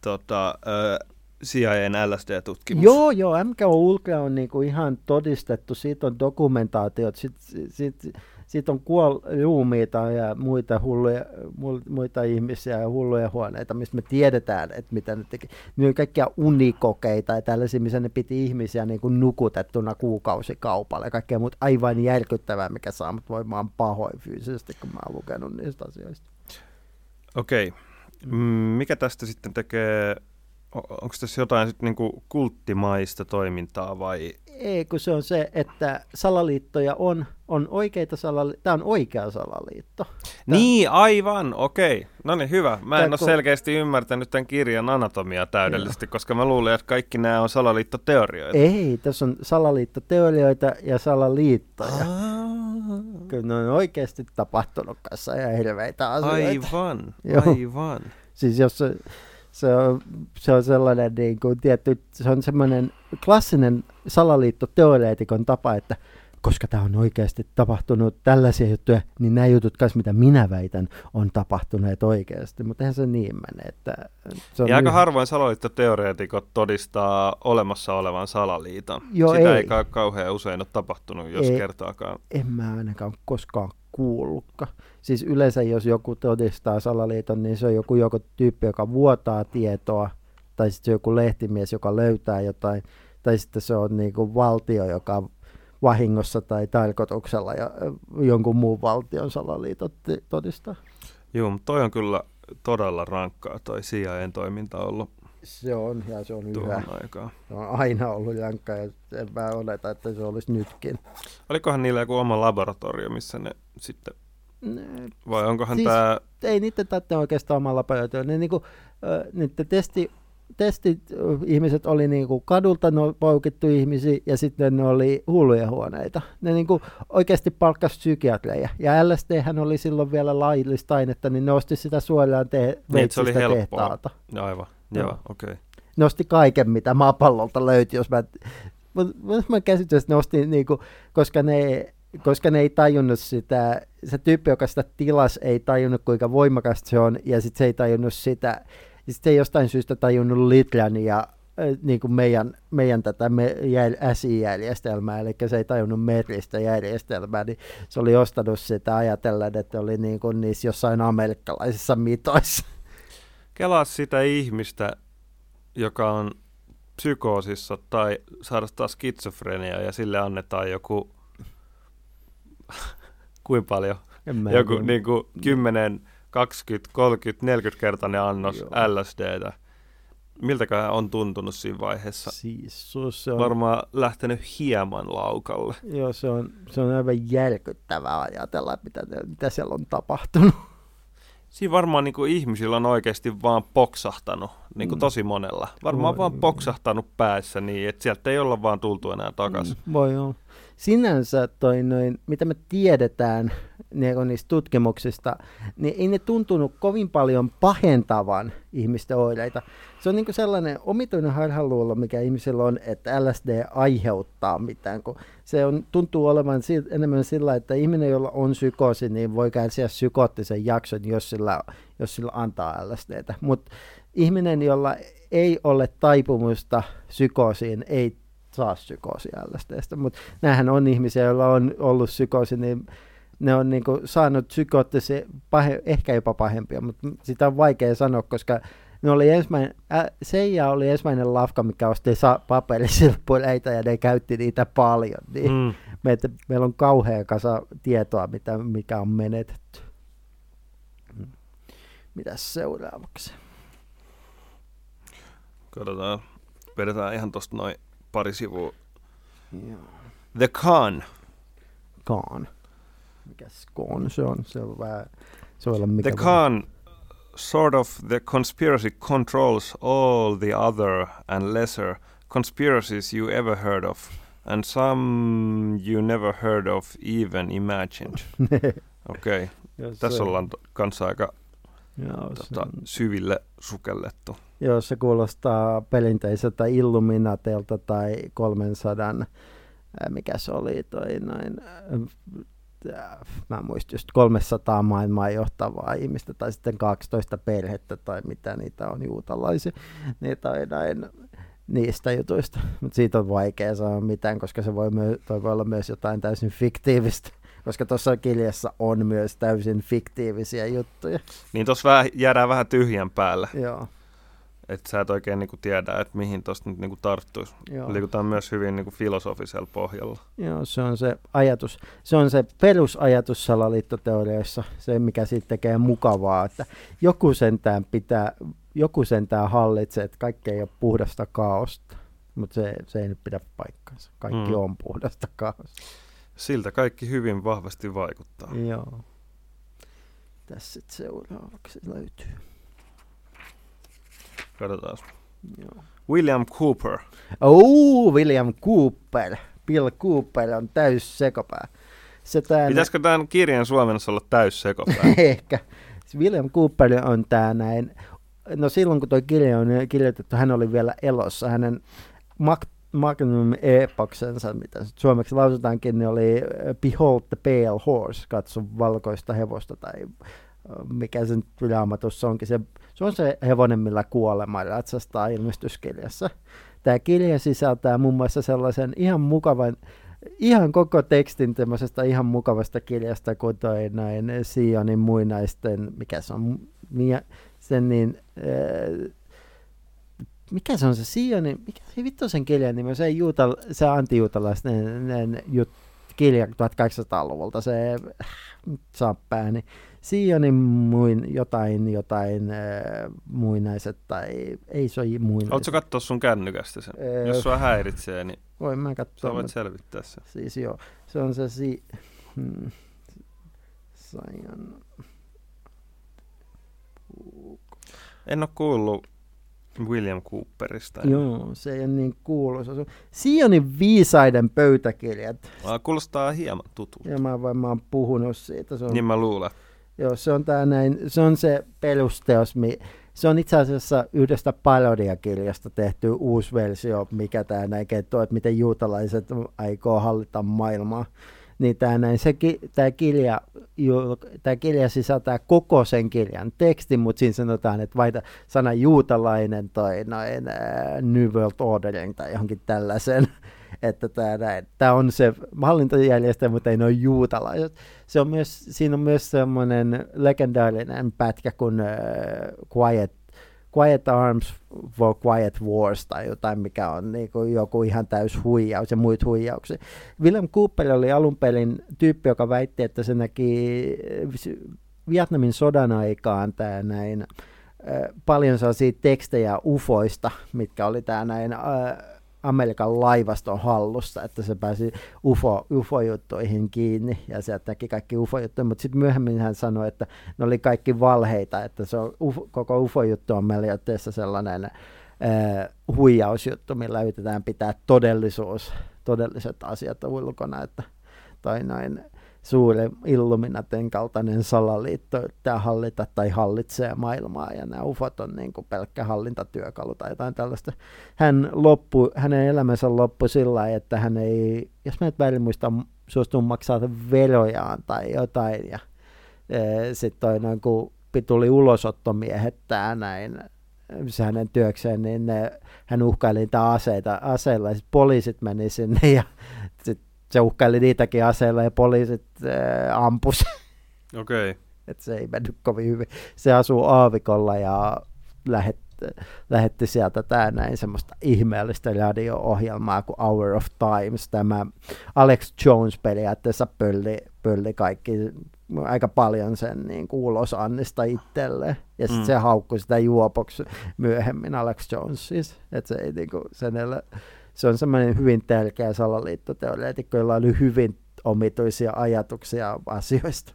CIA:n LSD-tutkimus. Joo, MK Ultra on niinku ihan todistettu, siitä on dokumentaatiot, siitä on ruumiita ja muita ihmisiä ja hulluja huoneita, mistä me tiedetään, että mitä ne teki. Ne on kaikkia unikokeita ja tällaisia, missä ne piti ihmisiä niin kuin nukutettuna kuukausikaupalla ja kaikkea muuta aivan järkyttävää, mikä saa mut voimaan pahoin fyysisesti, kun mä oon lukenut niistä asioista. Okei. Mikä tästä sitten tekee... Onko tässä jotain sitten niinku kulttimaista toimintaa vai? Ei, kun se on se, että salaliittoja on oikeita salaliittoja. Tämä on oikea salaliitto. Niin, aivan, okei. No niin, hyvä. Mä en ole selkeästi ymmärtänyt tämän kirjan anatomiaa täydellisesti, koska mä luulen, että kaikki nämä on salaliittoteorioita. Ei, tässä on salaliittoteorioita ja salaliittoja. Kyllä ne on oikeasti tapahtunut kanssa ja hirveitä asioita. Aivan. Siis jos se on sellainen niin kuin tietty, se on semmoinen klassinen salaliittoteoreetikon tapa, että koska tämä on oikeasti tapahtunut tällaisia juttuja, niin nämä jutut kanssa, mitä minä väitän, on tapahtuneet oikeasti. Mutta eihän se niin mene. Että se on aika harvoin salaliittoteoreetikot todistaa olemassa olevan salaliiton. Joo, sitä ei kauhean usein ole tapahtunut, jos kertaakaan. En mä ainakaan koskaan kuullutkaan. Siis yleensä, jos joku todistaa salaliiton, niin se on joku tyyppi, joka vuotaa tietoa, tai sitten se on joku lehtimies, joka löytää jotain, tai sitten se on niin kuin valtio, joka vahingossa tai tarkoituksella ja jonkun muun valtion salaliitot todistaa. Joo, mutta toi on kyllä todella rankkaa toi CIA:n toiminta ollut. Se on, ja se on yhä. Aikaa. Se on aina ollut rankkaa, ja en mä oleta, että se olisi nytkin. Olikohan niillä joku oma laboratorio, missä ne sitten, vai onkohan siis tämä... Ei niiden tarvitse oikeastaan oma laboratorio. Ne niinku, niiden testi-ihmiset oli niinku kadulta poukittu ihmisiä ja sitten ne oli hulluja huoneita. Ne niinku oikeasti palkkasi psykiatreja. Ja LSDhän oli silloin vielä laillista ainetta, niin ne osti sitä suoraan veitsistä tehtaalta. Aivan, joo, okei. Ne osti kaiken, mitä maapallolta löytyi. Jos mä käsitän, että ne osti, niinku, koska ne ei tajunnut sitä, se tyyppi, joka sitä tilasi, ei tajunnut kuinka voimakasta se on, ja sitten se ei tajunnut sitä, sitten se ei jostain syystä tajunnut litran ja niin kuin meidän tätä SI-järjestelmää, eli se ei tajunnut metristä järjestelmää, niin se oli ostanut sitä ajatellen, että oli niin kuin niissä jossain amerikkalaisissa mitoissa. Kelaa sitä ihmistä, joka on psykoosissa tai sairastaa skitsofreniaa ja sille annetaan joku kuinka paljon? En mä Joku tiedä. niinku 10, 20, 30, 40-kertainen annos Joo. LSDtä. Miltäkään on tuntunut siinä vaiheessa? Siis se on, Varmaan lähtenyt hieman laukalle. joo, se on aivan järkyttävää ajatella, mitä siellä on tapahtunut. Siinä varmaan niin kuin ihmisillä on oikeasti vaan poksahtanut, niin kuin tosi monella. Varmaan vaan poksahtanut päässä niin, että sieltä ei olla vaan tultu enää takaisin. Voi olla. Sinänsä mitä me tiedetään niistä tutkimuksista, niin ei ne tuntunut kovin paljon pahentavan ihmisten oireita. Se on niin kuin sellainen omituinen harhaluulo, mikä ihmisillä on, että LSD aiheuttaa mitään, kun tuntuu olevan enemmän sillä, että ihminen, jolla on psykoosi, niin voi kärsiä psykoottisen jakson, jos sillä antaa LSDtä. Mutta ihminen, jolla ei ole taipumusta psykoosiin, ei saa psykoosia LSDstä, mutta näähän on ihmisiä, joilla on ollut psykoosi, niin ne on niinku saanut psykoottisia, ehkä jopa pahempia, mutta sitä on vaikea sanoa, koska Seija oli ensimmäinen lafka, mikä osti paperisilppureita ja ne käytti niitä paljon, niin meillä on kauhea kasa tietoa, mikä on menetetty. Mitäs seuraavaksi? Katsotaan, vedetään ihan tosta noin pari sivua. Joo. The Con. Con. Mikäs Con se on? Se on vähän, se on mikä The Con, sort of the conspiracy controls all the other and lesser conspiracies you ever heard of, and some you never heard of even imagined. Okei, tässä ollaan kanssa aika syville sukellettu. Joo, se kuulostaa perinteiseltä Illuminateilta tai 300, mikä se oli mä muistin just 300 maailmaa johtavaa ihmistä tai sitten 12 perhettä tai mitä niitä on juutalaisia, niistä jutuista. Mutta siitä on vaikea sanoa mitään, koska se voi olla myös jotain täysin fiktiivistä, koska tuossa kirjassa on myös täysin fiktiivisiä juttuja. Niin tuossa jäädään vähän tyhjän päälle. Joo. Että sä et oikein niinku tiedä, että mihin tuosta nyt niinku tarttuisi. Liikutaan myös hyvin niinku filosofisella pohjalla. Joo, se on se ajatus. Se on se perusajatus salaliittoteorioissa, se mikä siitä tekee mukavaa, että joku sentään hallitsee, että kaikki ei ole puhdasta kaaosta, mutta se ei nyt pidä paikkaansa. Kaikki on puhdasta kaaosta. Siltä kaikki hyvin vahvasti vaikuttaa. Joo. Tässä sitten seuraavaksi löytyy. Katsotaan. Joo. William Cooper. William Cooper. Bill Cooper on täys sekopää. Pitäisikö tämän kirjan suomennossa olla täys sekopää? Ehkä. William Cooper on tää näin. No silloin kun tuo kirja on kirjoitettu, hän oli vielä elossa. Hänen magnum epoksensa, mitä suomeksi lausutaankin, niin oli Behold the Pale Horse, katso valkoista hevosta tai mikä se nyt Raamatussa onkin. Se on se hevonen, millä kuolema ratsastaa ilmestyskirjassa. Tämä kirja sisältää muun muassa sellaisen ihan mukavan, ihan koko tekstin tämmöisestä ihan mukavasta kirjasta, kuin toi näin Sionin muinaisten, mikä se on, mikä se on se Sionin, mikä se vittu sen kirjan nimi, se antijuutalaisten kirja 1800-luvulta, se saa pääni. Sionin jotain muinaiset tai ei se ole muinaiset. Oletko katsoa sun kännykästä sen? Jos sua häiritsee, niin voin mä katsoa. Sä voit selvittää sen. Siis joo, se on se En ole kuullut William Cooperista. Joo, se ei ole niin kuuluisa. Sionin viisaiden pöytäkirjat. Kuulostaa hieman tutulta. Ja mä oon puhunut siitä. Niin mä luulen. Joo, se on se perusteos. Se on itse asiassa yhdestä parodiakirjasta tehty uusi versio, mikä tämä näin kertoo, että miten juutalaiset aikoo hallita maailmaa. Niin tämä kirja sisältää koko sen kirjan tekstin, mutta siinä sanotaan, että vain sana juutalainen tai New World Ordering tai johonkin tällaisen, että tämä on se hallintojärjestelmä, mutta ei ne ole juutalaiset. Siinä on myös semmoinen legendaarinen pätkä kuin Quiet Arms for Quiet Wars tai jotain, mikä on niin kuin joku ihan täys huijaus ja muita huijauksia. William Cooper oli alun perin tyyppi, joka väitti, että se näki Vietnamin sodan aikaan paljon sellaisia tekstejä ufoista, mitkä oli Amerikan laivaston hallussa, että se pääsi UFO-juttuihin kiinni ja sieltä näki kaikki UFO-juttuja, mutta sitten myöhemmin hän sanoi, että ne oli kaikki valheita, että se on koko UFO-juttu on meljaatteessa sellainen huijausjuttu, millä yritetään pitää todelliset asiat ulkona, että toi noin suuri Illuminaten kaltainen salaliitto yrittää hallita tai hallitsee maailmaa, ja nämä ufot on niin kuin pelkkä hallintatyökalu tai jotain tällaista. Hänen elämänsä loppui sillä lailla, että hän ei, jos mä et väärin muista, suostuu maksaa verojaan tai jotain, ja sitten kun tuli ulosottomiehet se hänen työkseen, niin hän uhkaili niitä aseilla, ja sitten poliisit meni sinne, ja sitten se uhkaili niitäkin aseilla ja poliisit ampus. Okei. Että se ei mennyt kovin hyvin. Se asuu aavikolla ja lähetti sieltä semmoista ihmeellistä radio-ohjelmaa kuin Hour of Times. Tämä Alex Jones periaatteessa pölli kaikki aika paljon sen niin kuin ulosannista itselleen. Ja sitten se haukkui sitä juopoksi myöhemmin, Alex Jones siis. Että se ei niinku se on semmoinen hyvin tärkeä salaliittoteoreetikko, jolla oli hyvin omituisia ajatuksia asioista.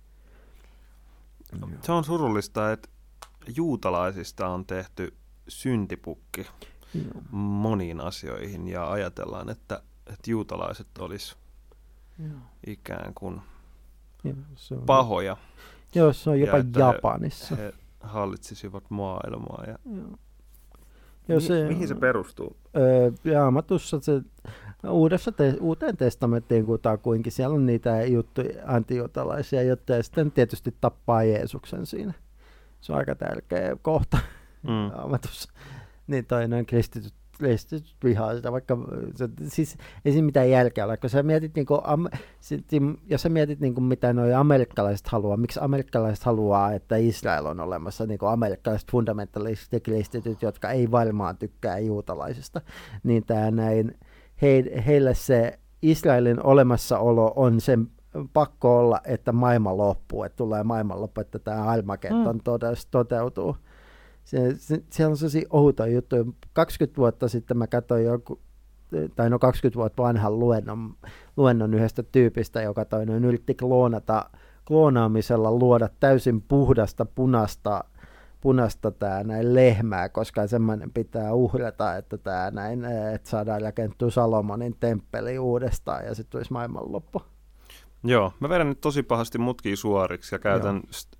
Se on surullista, että juutalaisista on tehty syntipukki moniin asioihin ja ajatellaan, että juutalaiset olisi ikään kuin pahoja. Joo, se on jopa Japanissa. He hallitsisivat maailmaa. Ja mihin se perustuu? Raamatussa Uuteen testamenttiin kutakuinkin, siellä on niitä antijuutalaisia, jotka sitten tietysti tappaa Jeesuksen siinä. Se on aika tärkeä kohta Raamatussa. Niin toinen kristityt vihaa sitä, vaikka siis ei siinä mitään järkeä ole, kun sä mietit jos sä mietit mitä noi amerikkalaiset haluaa, miksi amerikkalaiset haluaa, että Israel on olemassa, amerikkalaiset fundamentalistit kristityt, jotka ei varmaan tykkää juutalaisista, niin heille se Israelin olemassaolo on sen pakko olla, että maailma loppuu, että tulee maailmanloppu, että tämä Armageddon toteutuu. Siellä on sellaisia outoja juttuja. 20 vuotta sitten mä katsoin 20 vuotta vanhan luennon yhdestä tyypistä, joka yritti kloonaamisella luoda täysin puhdasta punaista lehmää, koska semmoinen pitää uhrata, että että saadaan rakennettua Salomonin temppeli uudestaan ja sitten tulisi maailmanloppu. Joo, mä vedän nyt tosi pahasti mutkia suoriksi ja käytän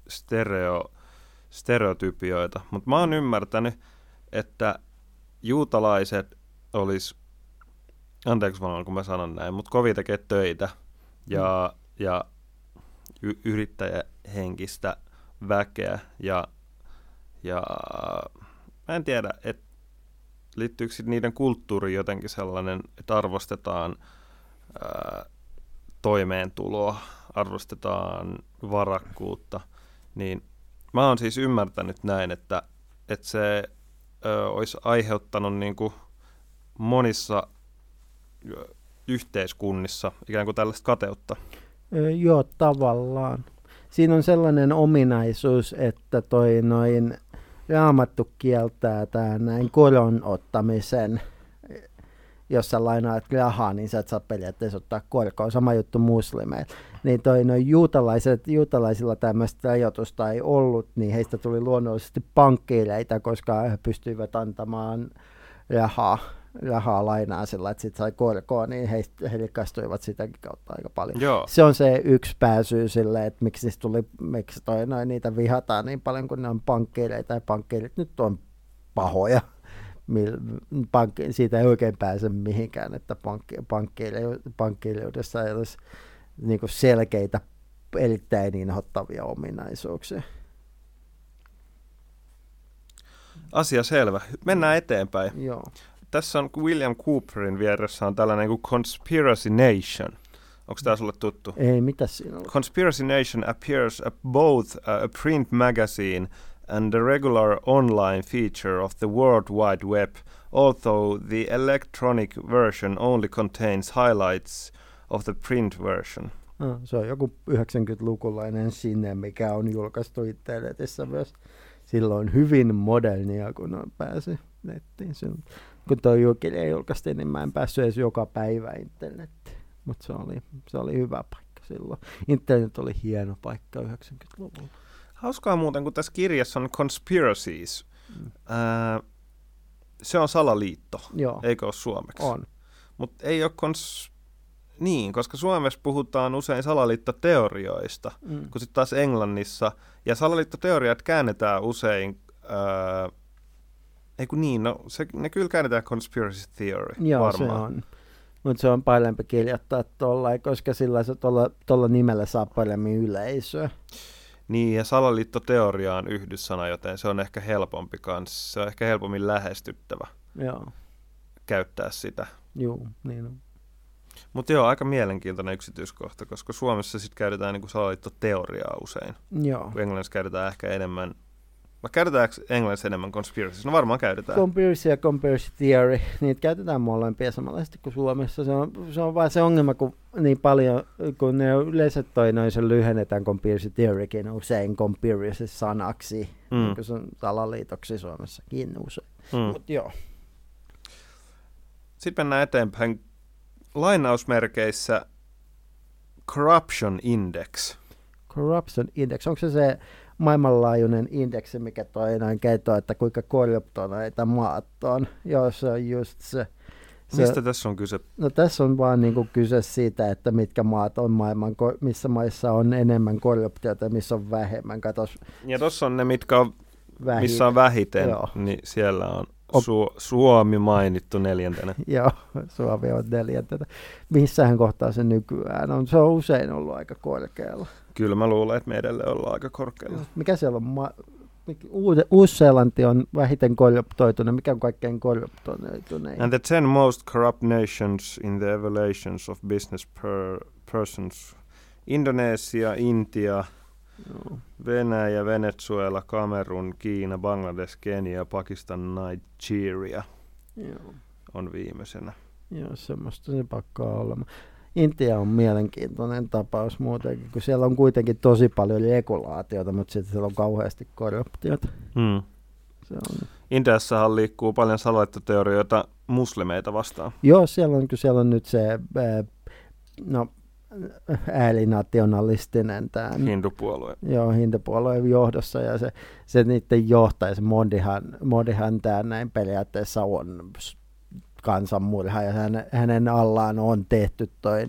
stereotypioita, mutta mä oon ymmärtänyt, että juutalaiset olisi, anteeksi vaan kun mä sanon näin, mutta kovin tekee töitä ja yrittäjähenkistä väkeä ja mä en tiedä, että liittyykö niiden kulttuuriin jotenkin sellainen, että arvostetaan toimeentuloa, arvostetaan varakkuutta, niin mä oon siis ymmärtänyt näin, että se olisi aiheuttanut niin kuin monissa yhteiskunnissa ikään kuin tällaista kateutta. Joo, tavallaan. Siinä on sellainen ominaisuus, että Raamattu kieltää näin koron ottamisen. Jos sä lainaat rahaa, niin sä et saa periaatteessa ottaa korkoa. Sama juttu muslimeilla. Niin juutalaisilla tämmöistä rajoitusta ei ollut, niin heistä tuli luonnollisesti pankkiireita, koska he pystyivät antamaan rahaa lainaa sillä, että sit sai korkoa, niin he rikastuivat sitäkin kautta aika paljon. Joo. Se on se yksi pääsyy sille, että miksi niitä vihataan niin paljon, kun ne on pankkiireita, ja pankkiirit nyt on pahoja. Siitä ei oikein pääse mihinkään, että pankkiiliudessa ei olisi niin kuin selkeitä, erittäin inhottavia ominaisuuksia. Asia selvä. Mennään eteenpäin. Joo. Tässä on William Cooperin vieressä on tällainen kuin Conspiracy Nation. Onko tämä sulle tuttu? Ei, mitä siinä on? Conspiracy Nation appears at both a print magazine and the regular online feature of the World Wide Web, although the electronic version only contains highlights of the print version. Se on joku 90-lukulainen sinne, mikä on julkaistu internetissä myös silloin hyvin modernia, kun on päässyt nettiin. Kun tuo julkilija julkaistiin, niin mä en päässyt edes joka päivä internettiin, mutta se oli hyvä paikka silloin. Internet oli hieno paikka 90-luvulla. Hauskaa muuten, kun tässä kirjassa on conspiracies. Se on salaliitto, Joo. eikö ole suomeksi? On. Mutta ei ole niin, koska Suomessa puhutaan usein salaliittoteorioista, kun sitten taas Englannissa. Ja salaliittoteoriat käännetään usein, ne kyllä käännetään conspiracy theory. Joo, varmaan. se on. Mutta se on parempi kirjoittaa tuolla, koska sillä se tuolla nimellä saa paremmin yleisöä. Niin, ja salaliittoteoria on yhdyssana, joten se on ehkä helpompi kanssa. Se on ehkä helpommin lähestyttävä käyttää sitä. Joo, niin on. Mutta joo, aika mielenkiintoinen yksityiskohta, koska Suomessa sitten käytetään niinku salaliittoteoriaa usein. Joo. Englannissa käytetään ehkä enemmän. Vai käytetäänkö Englannissa enemmän conspiracy? No varmaan käytetään. Conspiracy ja conspiracy theory, niitä käytetään molempia samanlaisesti kuin Suomessa. Se on vaan se ongelma, kun niin paljon, kun ne yleensä sen lyhennetään conspiracy theorykin usein conspiracy sanaksi, niin kuin se on salaliitoksi Suomessakin usein. Mut joo. Sitten mennään eteenpäin. Lainausmerkeissä Corruption Index. Corruption Index, onko se maailmanlaajuinen indeksi, mikä noin kertoo, että kuinka korruptoituneita maat on? Joo, se on just se. Mistä tässä on kyse? No tässä on vaan niinku kyse siitä, että mitkä maat on missä maissa on enemmän korruptiota ja missä on vähemmän. Ja tuossa on ne, missä on vähiten, niin siellä on Suomi mainittu 4. Joo, Suomi on 4. Missähän kohtaa se nykyään on? Se on usein ollut aika korkealla. Kyllä mä luulen, että me edelleen ollaan aika korkealla. Mikä siellä on? Uusi-Seelanti on vähiten korruptoitunut. Mikä on kaikkein korruptoitunein? And the 10 most corrupt nations in the evaluations of business persons. Indonesia, Intia, Venäjä, Venezuela, Kamerun, Kiina, Bangladesh, Kenia, Pakistan, Nigeria on viimeisenä. Joo, semmoista se pakkaa olla. Intia on mielenkiintoinen tapaus muutenkin, kun siellä on kuitenkin tosi paljon regulaatiota, mutta sitten siellä on kauheasti korruptiota. Se on. Intiassahan liikkuu paljon salaliittoteorioita muslimeita vastaan. Joo, siellä on nyt se äärinationalistinen hindupuolue. Joo, hindupuolueen johdossa, ja se niiden johtaja, se Modihan tämä näin periaatteessa on kansanmurha, ja hänen allaan on tehty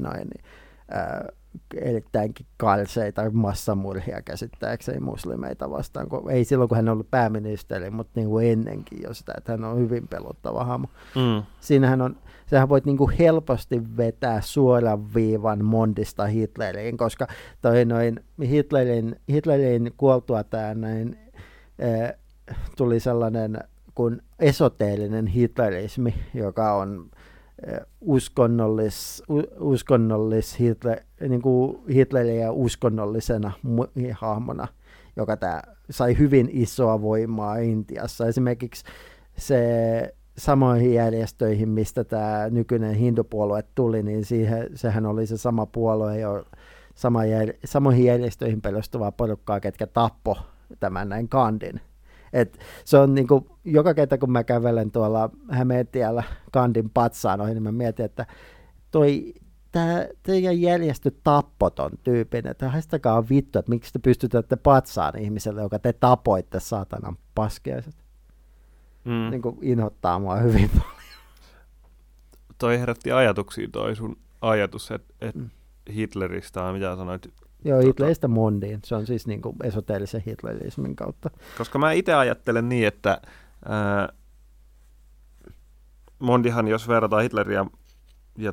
erittäinkin kalseita massamurhia käsittääkseni muslimeita vastaan. Ei silloin, kun hän on ollut pääministeri, mutta niin kuin ennenkin jo sitä, että hän on hyvin pelottava hahmo. Sähän voit niin kuin helposti vetää suoran viivan Mondista Hitleriin, koska Hitlerin kuoltua tuli sellainen kuin esoteerinen hitlerismi, joka on niin kuin Hitleriä uskonnollisena hahmona, joka sai hyvin isoa voimaa Intiassa. Esimerkiksi se samoihin järjestöihin, mistä tämä nykyinen hindupuolue tuli, niin sehän oli se sama puolue, samoihin järjestöihin perustuvaa porukkaa, ketkä tappoi tämän näin Gandhin. Et se on niinku, joka kerta kun mä kävelen tuolla Hämeentiellä Gandhin patsaan ohi, niin mä mietin, että teidän järjestö tappoi ton tyypin, että haistakaa vittu, että miksi te pystytätte patsaan ihmiselle, joka te tapoitte saatanan paskiaiset. Niinku inhottaa mua hyvin paljon. Toi herätti ajatuksia toi sun ajatus, että Hitleristä, mitä sanoit? Joo, Hitleristä Mondiin. Se on siis niinku esoteerisen hitlerismin kautta. Koska mä itse ajattelen niin, että Mondihan, jos verrataan Hitleriä ja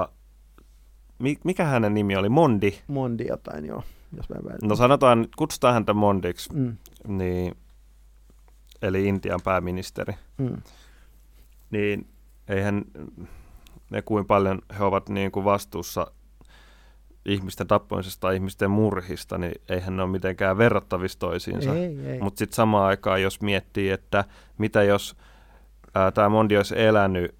mikä hänen nimi oli? Mondi? Mondi jotain, joo. Jos mä no sanotaan, kutsutaan häntä Mondiksi, niin, eli Intian pääministeri. Niin eihän ne kuin paljon he ovat niin kuin vastuussa ihmisten tappamisesta tai ihmisten murhista, niin eihän ne ole mitenkään verrattavissa toisiinsa. Ei. Mutta sitten samaan aikaan, jos miettii, että mitä jos tämä Mondi olisi elänyt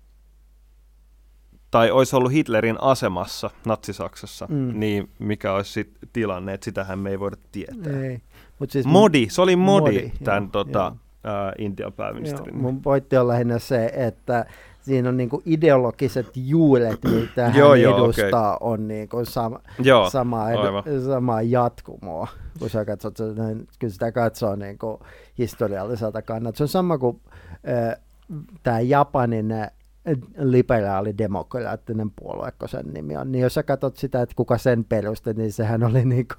tai olisi ollut Hitlerin asemassa Natsi-Saksassa, niin mikä olisi sitten tilanne, että sitähän me ei voida tietää. Ei. Mut siis Se oli Modi tämän Intian pääministerin. Mun pointti on lähinnä se, että siinä on niinku ideologiset juuret, mitä hän edustaa, on niinku samaa jatkumoa, kun sä katsot, kun sitä katsoo niinku historialliselta kannalta. Se on sama kuin tämä Japanin liberaalidemokraattinen puolue, kun sen nimi on. Niin jos sä katsot sitä, että kuka sen perusti, niin sehän oli niinku,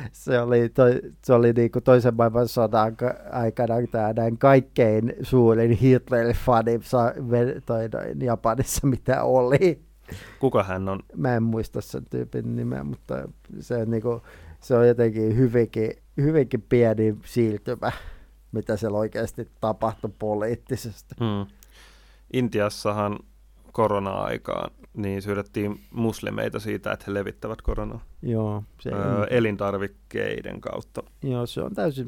se oli niinku toisen maailmansodan aikana tämä kaikkein suurin Hitler-fani Japanissa, mitä oli. Kuka hän on? Mä en muista sen tyypin nimeä, mutta se on jotenkin hyvinkin pieni siirtymä, mitä siellä oikeasti tapahtui poliittisesti. Intiassahan korona-aikaan niin syydettiin muslimeita siitä, että he levittävät koronaa. Joo. Elintarvikkeiden kautta. Joo, se on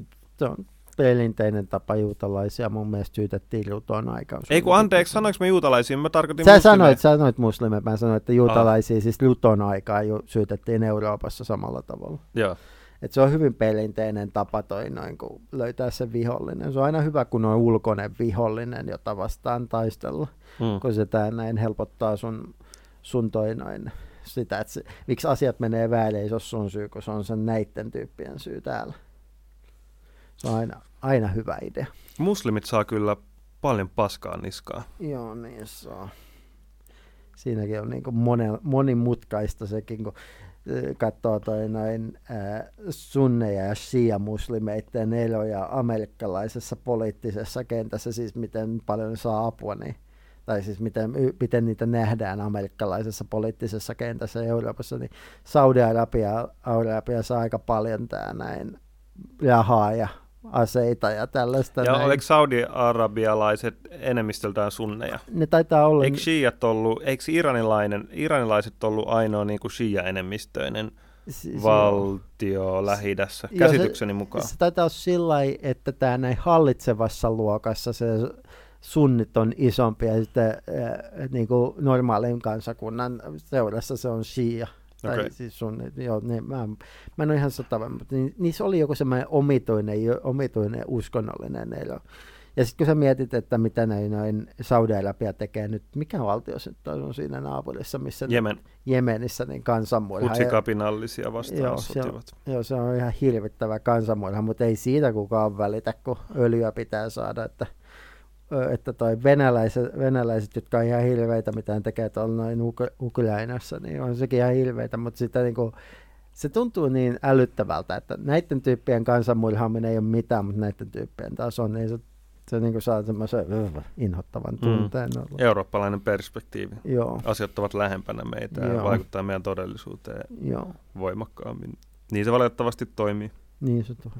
perinteinen tapa juutalaisia. Mun mielestä syytettiin ruton aikaan. Ei kun anteeksi, sanoinko mä juutalaisiin? Mä tarkoitin muslimeita. Sanoit muslimeita. Mä sanoin, että juutalaisia siis ruton aikaan syytettiin Euroopassa samalla tavalla. Joo. Et se on hyvin perinteinen tapa kun löytää se vihollinen. Se on aina hyvä, kun on ulkoinen vihollinen, jota vastaan taistella, kun se näin helpottaa sun sitä, että miksi asiat menee väärin, ei se ole sun syy, kun se on sen näitten tyyppien syy täällä. Se on aina hyvä idea. Muslimit saa kyllä paljon paskaa niskaa. Joo, niin saa. Siinäkin on niinku monimutkaista sekin, kun katsoo sunneja ja shia-muslimeiden eroja amerikkalaisessa poliittisessa kentässä, siis miten paljon ne saa apua, niin, tai siis miten niitä nähdään amerikkalaisessa poliittisessa kentässä Euroopassa, niin Saudi-Arabia saa aika paljon rahaa ja aseita ja tällaista. Ja oliko saudi-arabialaiset enemmistöltään sunneja? Ne taitaa olla. Eikö iranilaiset ollut ainoa niin kuin shia-enemmistöinen valtio Lähi-idässä, käsitykseni mukaan? Se taitaa olla sillä lailla, että tämä näin hallitsevassa luokassa se sunnit on isompi ja sitten niin kuin normaalin kansakunnan seurassa se on shia. Okay. Tai siis mä en ole ihan satavan, mutta niissä oli joku semmoinen omituinen uskonnollinen ero. Ja sitten kun sä mietit, että mitä näin Saudi-Arabia tekee nyt, mikä valtio se on siinä naapurissa, missä Jemenissä niin kansanmurha. Hutsikapinallisia vastaan sotivat. Joo, se on ihan hirvittävä kansanmurha, mutta ei siitä kukaan välitä, kun öljyä pitää saada, että toi venäläiset, jotka on ihan hirveitä, mitä tekee tuolla noin Ukrainassa, niin on sekin ihan hirveitä, mutta sitä niinku, se tuntuu niin älyttävältä, että näiden tyyppien kansanmurhaaminen ei ole mitään, mutta näiden tyyppien taas on, niin se niinku saa semmoisen inhottavan tunteen. Eurooppalainen perspektiivi. Joo. Asiat ovat lähempänä meitä ja vaikuttaa meidän todellisuuteen voimakkaammin. Niin se valitettavasti toimii. Niin se toimii.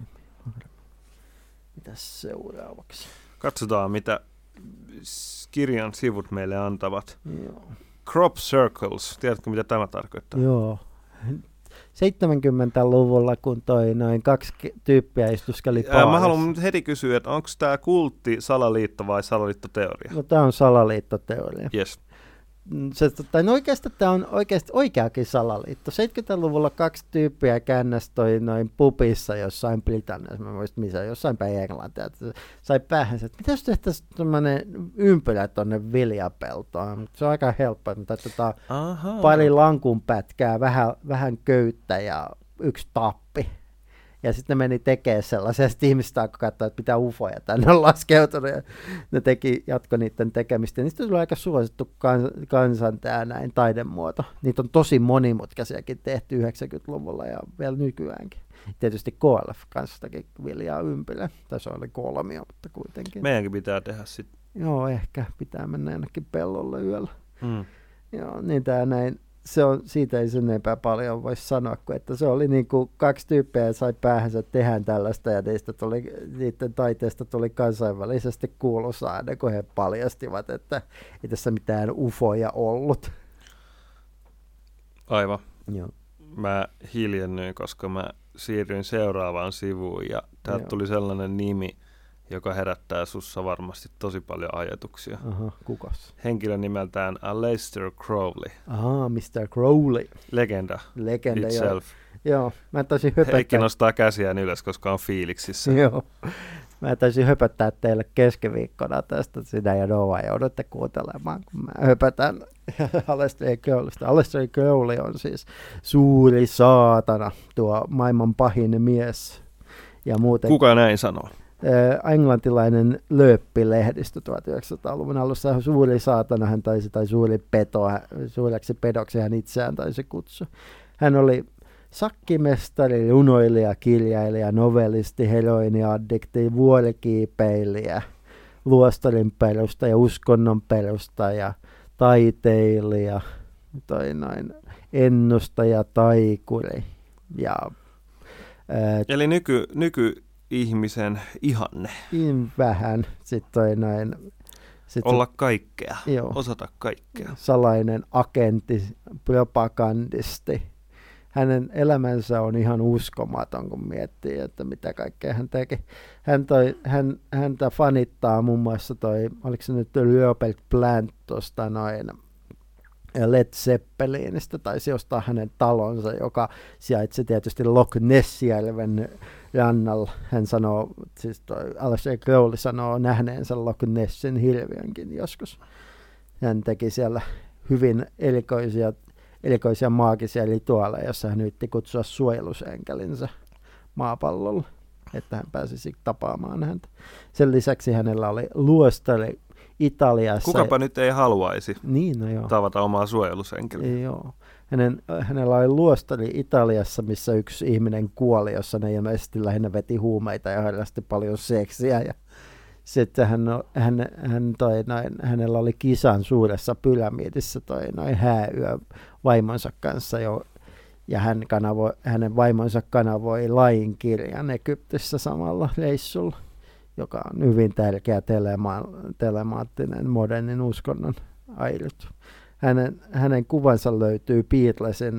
Mitäs seuraavaksi? Katsotaan, mitä kirjan sivut meille antavat. Joo. Crop circles. Tiedätkö, mitä tämä tarkoittaa? Joo. 70-luvulla, kun noin kaksi tyyppiä istuskeli baarissa. Mä haluan nyt heti kysyä, että onko tämä kultti salaliitto vai salaliittoteoria? No tämä on salaliittoteoria. Yes. Oikeastaan tämä on oikeakin salaliitto. 70-luvulla kaksi tyyppiä käännäsi noin pubissa jossain Britanniassa, mä muistin missä, jossain päin Englantia, että sai päähänsä, että mitä jos tehtäisiin tämmöinen ympyrä tuonne viljapeltoon. Se on aika helppoa, mutta otetaan pari lankun pätkää, vähän köyttä ja yksi tappi. Ja sitten ne meni tekemään sellaisia, ja sitten ihmiset alkoi katsoa, että pitää ufoja tänne on laskeutunut, ja ne jatkoi niiden tekemistä. Ja niistä tuli aika suosittu kansan taidemuoto. Niitä on tosi monimutkaisiakin tehty 90-luvulla ja vielä nykyäänkin. Tietysti KLF kansastakin viljaa ympyrä, tai se oli kolmio, mutta kuitenkin. Meidänkin pitää tehdä sitten. Joo, ehkä pitää mennä ainakin pellolle yöllä. Joo, niin tämä näin. Siitä ei sen enempää paljon voisi sanoa, kuin että se oli niin kuin kaksi tyyppiä sai päähänsä tehdä tällaista ja niiden taiteesta tuli kansainvälisesti kuuluisaa, kun he paljastivat, että ei tässä mitään ufoja ollut. Aivan. Joo. mä hiljennyin, koska mä siirryin seuraavaan sivuun ja täältä tuli sellainen nimi, joka herättää sussa varmasti tosi paljon ajatuksia. Aha, kukas? Henkilö nimeltään Aleister Crowley. Aha, Mr. Crowley. Legenda itself. Joo, mä taisin höpöttää. Heikki nostaa käsiään ylös, koska on fiiliksissä. Joo, mä taisin höpöttää teille keskiviikkona tästä, sinä ja Nova joudutte kuuntelemaan, kun mä höpötän Aleister Crowleysta. Aleister Crowley on siis suuri saatana, tuo maailman pahin mies. Ja muuten, kuka näin sanoo? Englantilainen lööppilehdistö 1900-luvun alussa. Suuri saatana hän taisi, tai suuri peto, suureksi pedoksi hän itseään taisi kutsua. Hän oli sakkimestari, runoilija, kirjailija, novellisti, heroiniaddikti, vuorikiipeilijä, luostarin perustaja, uskonnon perustaja, taiteilija, ennustaja, taikuri. Eli nykyihmisen ihanne. Vähän. Olla kaikkea, joo, osata kaikkea. Salainen agentti, propagandisti. Hänen elämänsä on ihan uskomaton, kun miettii, että mitä kaikkea hän teki. Häntä fanittaa muun muassa oliko se nyt Robert Plant tuosta Led Zeppelinistä, taisi ostaa hänen talonsa, joka sijaitsi tietysti Loch Nessjärven rannalla. Hän sanoo, siis Aleister Crowley sanoo nähneensä Loch Nessin hirviönkin joskus. Hän teki siellä hyvin erikoisia maagisia rituaaleja, jossa hän yritti kutsua suojelusenkelinsä maapallolla, että hän pääsisi tapaamaan häntä. Sen lisäksi hänellä oli luostari Italiassa. Kukapa nyt ei haluaisi joo. tavata omaa suojelusenkeliä. Joo. Hänellä oli luostari Italiassa, missä yksi ihminen kuoli, jossa ne ilmeisesti lähinnä veti huumeita ja harrasti paljon seksiä. Ja sitten hänellä oli kisan suuressa pyramiidissa hääyö vaimonsa kanssa ja hänen vaimonsa kanavoi lain kirjan Egyptissä samalla reissulla, joka on hyvin tärkeä telemaattinen modernin uskonnon ailut. Hänen kuvansa löytyy Beatlesin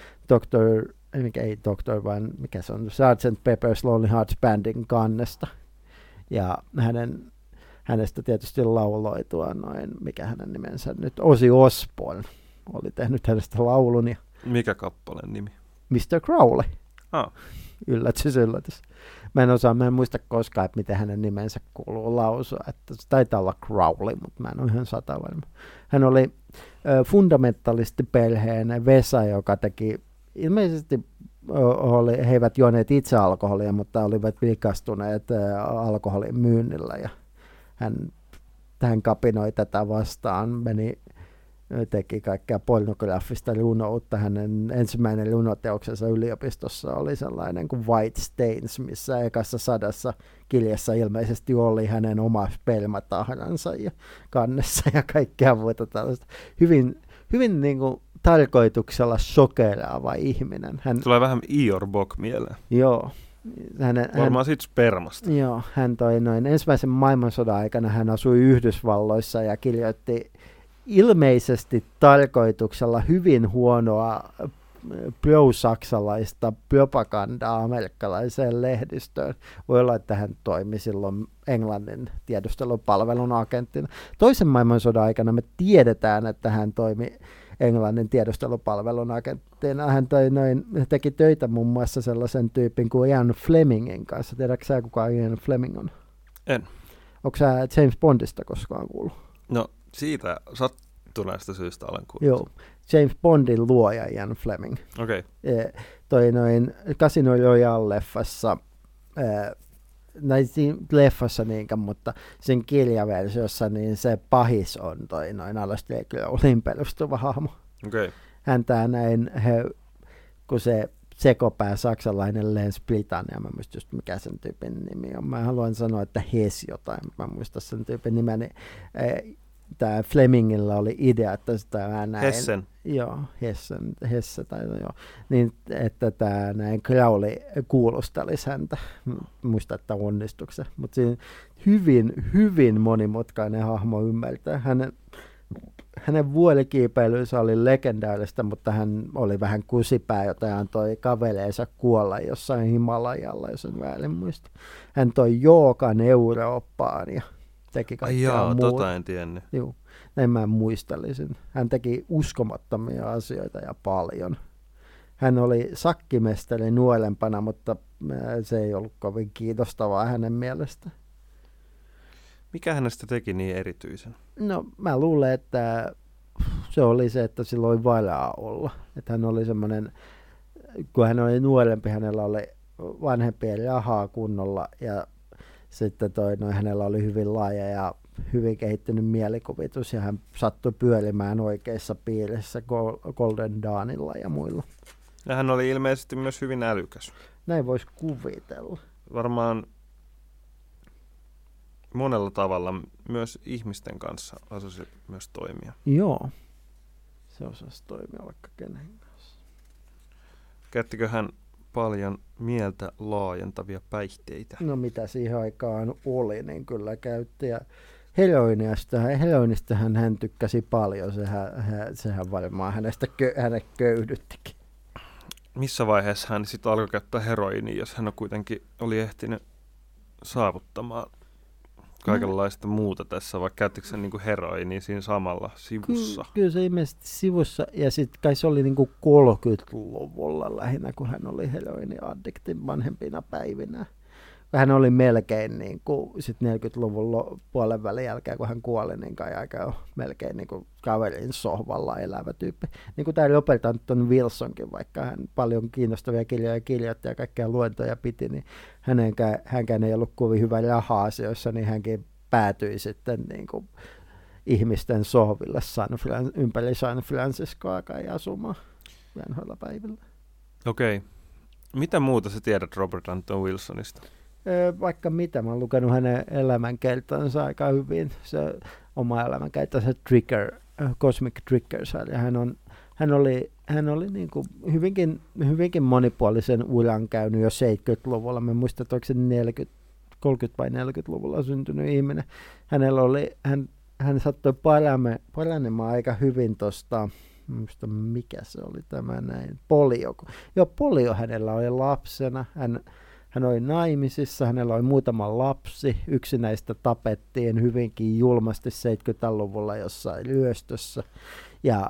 mikä se on, Sgt. Pepper's Lonely Hearts Bandin kannesta. Ja hänestä tietysti lauloi mikä hänen nimensä nyt, Ozzy Osbourne oli tehnyt hänestä laulun. Ja mikä kappaleen nimi? Mr. Crowley. Ah. Yllätys. Mä en muista koskaan, että miten hänen nimensä kuuluu lausua. Että se taitaa olla Crowley, mutta mä en ole ihan varma. Hän oli fundamentalistiperheen Vesa, joka teki ilmeisesti he eivät juoneet itse alkoholia, mutta olivat vikastuneet alkoholin myynnillä ja hän kapinoi tätä vastaan, teki kaikkea pornografista runoutta. Hänen ensimmäinen runoteoksensa yliopistossa oli sellainen kuin White Stains, missä ekassa 100 kirjassa ilmeisesti oli hänen oma spermatahransa ja kannessa ja kaikkea muuta tällaista. Hyvin niin kuin tarkoituksella shokeraava ihminen. Tulee vähän Ior Bock mieleen. Joo. Varmaan siitä spermasta. Joo, hän ensimmäisen maailmansodan aikana hän asui Yhdysvalloissa ja kirjoitti ilmeisesti tarkoituksella hyvin huonoa pro-saksalaista propagandaa amerikkalaiseen lehdistöön. Voi olla, että hän toimi silloin Englannin tiedustelupalvelun agenttina. Toisen maailmansodan aikana me tiedetään, että hän toimi Englannin tiedustelupalvelun agenttina. Hän teki töitä muun muassa sellaisen tyypin kuin Ian Flemingin kanssa. Tiedätkö sä, kuka Ian Fleming on? En. Onko sä James Bondista koskaan kuullut? No siitä sattuneesta syystä olen kuullut. Joo, James Bondin luoja Ian Fleming. Okei. Casino Royale-leffassa, leffassa niinkään, mutta sen kirjaversiossa niin se pahis on Aleister Crowleyin perustuva hahmo. Okay. Häntä kun se sekopää saksalainen lensi Britannia, mä muistan just mikä sen tyypin nimi on. Mä haluan sanoa, että Hess jotain, mä muistan sen tyypin nimen. Tämä Flemingillä oli idea, että sitä Hessen. Joo, Hesse tai joo. Niin, että tämä näin Crowley kuulostelisi häntä. Muista, että onnistuksen. Mutta siinä hyvin monimutkainen hahmo ymmärtää. hänen vuolikiipeilynsä oli legendaarista, mutta hän oli vähän kusipää, jota antoi kaveleensa kuolla jossain Himalajalla, jos en väärin muista. Hän toi joogan Eurooppaan ja teki kaikkea muuta. Tota en tiennyt. Joo, näin mä muistelisin. Hän teki uskomattomia asioita ja paljon. Hän oli sakkimestari nuorempana, mutta se ei ollut kovin kiinnostavaa hänen mielestään. Mikä hänestä teki niin erityisen? No mä luulen, että se oli se, että sillä oli varaa olla. Että hän oli semmoinen, kun hän oli nuorempi, hänellä oli vanhempien rahaa kunnolla ja sitten hänellä oli hyvin laaja ja hyvin kehittynyt mielikuvitus ja hän sattui pyörimään oikeissa piirissä Golden Dawnilla ja muilla. Ja hän oli ilmeisesti myös hyvin älykäs. Näin voisi kuvitella. Varmaan monella tavalla myös ihmisten kanssa osasi myös toimia. Joo, se osasi toimia vaikka kenen kanssa. Käyttikö hän paljon mieltä laajentavia päihteitä? No mitä siihen aikaan oli, niin kyllä käytti. Ja heroinistahan hän tykkäsi paljon, sehän varmaan hänet köyhdyttikin. Missä vaiheessa hän sitten alkoi käyttää heroinia, jos hän kuitenkin oli ehtinyt saavuttamaan kaikenlaista muuta tässä, vai käyttikö se niinku heroinia siinä samalla sivussa? Kyllä se ilmeisesti sivussa, ja sitten kai se oli niinku 30-luvulla lähinnä, kun hän oli heroiniaddiktin vanhempina päivinä. Hän oli melkein niin kuin sit 40-luvun puolen välin jälkeen, kun hän kuoli, niin kai aika melkein niin kuin kaverin sohvalla elävä tyyppi. Niin kuin tämä Robert Anton Wilsonkin, vaikka hän paljon kiinnostavia kirjoja kirjoitti ja kaikkia luentoja piti, niin hänkään ei ollut kovin hyvä raha-asioissa, niin hänkin päätyi sitten niin kuin ihmisten sohville ympäri San Franciscoa kai asumaan vanhoilla päivillä. Okei. Mitä muuta sä tiedät Robert Anton Wilsonista? Vaikka mitä. Mä oon lukenut hänen elämänkertansa aika hyvin. Se oma elämänkertansa Cosmic Trigger-sarja. Hän oli niin kuin hyvinkin monipuolisen uran käynyt jo 70-luvulla. Mä muistan, että onko se 30 vai 40-luvulla syntynyt ihminen. Hän sattui paranemaan aika hyvin tuosta, muista mikä se oli tämä näin, polio. Joo, polio hänellä oli lapsena. Hän oli naimisissa, hänellä oli muutama lapsi. Yksi näistä tapettiin hyvinkin julmasti 70-luvulla jossain ryöstössä. Ja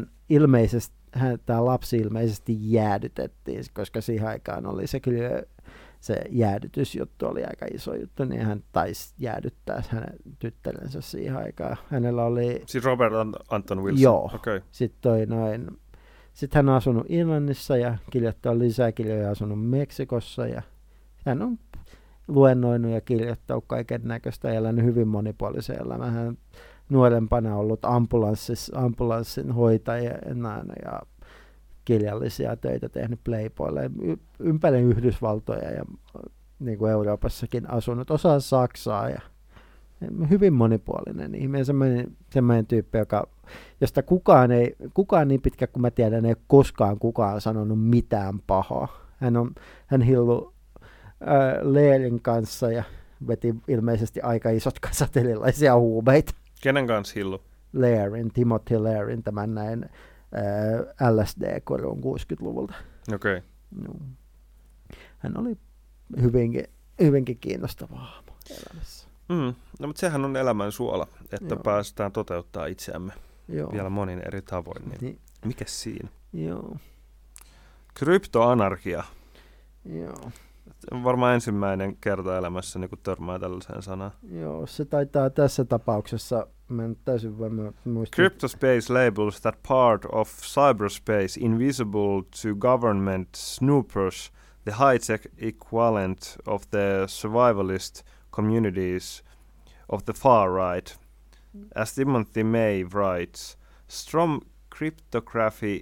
tämä lapsi ilmeisesti jäädytettiin, koska siihen aikaan oli se jäädytysjuttu oli aika iso juttu, niin hän taisi jäädyttää hänen tyttärensä siihen aikaan. Hänellä oli... Siis Robert Anton Wilson? Joo. Okay. Sitten hän on asunut Irlannissa ja kirjoittanut lisää kirjoja, asunut Meksikossa ja hän on luennoinut ja kirjoittanut kaiken näköistä ja elänyt hyvin monipuolisen elämän. Hän nuorempana ollut ambulanssin hoitajana ja kirjallisia töitä tehnyt Playboylle ympäri Yhdysvaltoja ja niin kuin Euroopassakin asunut, osaa Saksaa ja hyvin monipuolinen ihminen, semmoinen tyyppi, josta kukaan niin pitkä kuin mä tiedän, ei ole koskaan kukaan sanonut mitään pahaa. Hän hillu Lairin kanssa ja veti ilmeisesti aika isot kasat erilaisia huumeita. Kenen kanssa hillu? Timothy Lairin, tämän näin LSD-korun 60-luvulta. Okei. No. Hän oli hyvinkin kiinnostava hahmo elämässä. No, mutta sehän on elämän suola, että päästään toteuttaa itseämme vielä monin eri tavoin. Niin. Mikäs siinä? Joo. Kryptoanarkia. Joo. Varmaan ensimmäinen kerta elämässä niin kun törmää tällaiseen sanaan. Joo, se taitaa tässä tapauksessa, mä en täysin varmaan muista. Cryptospace labels that part of cyberspace invisible to government snoopers, the high-tech equivalent of the survivalist communities of the far right. As Timothy May writes, strong cryptography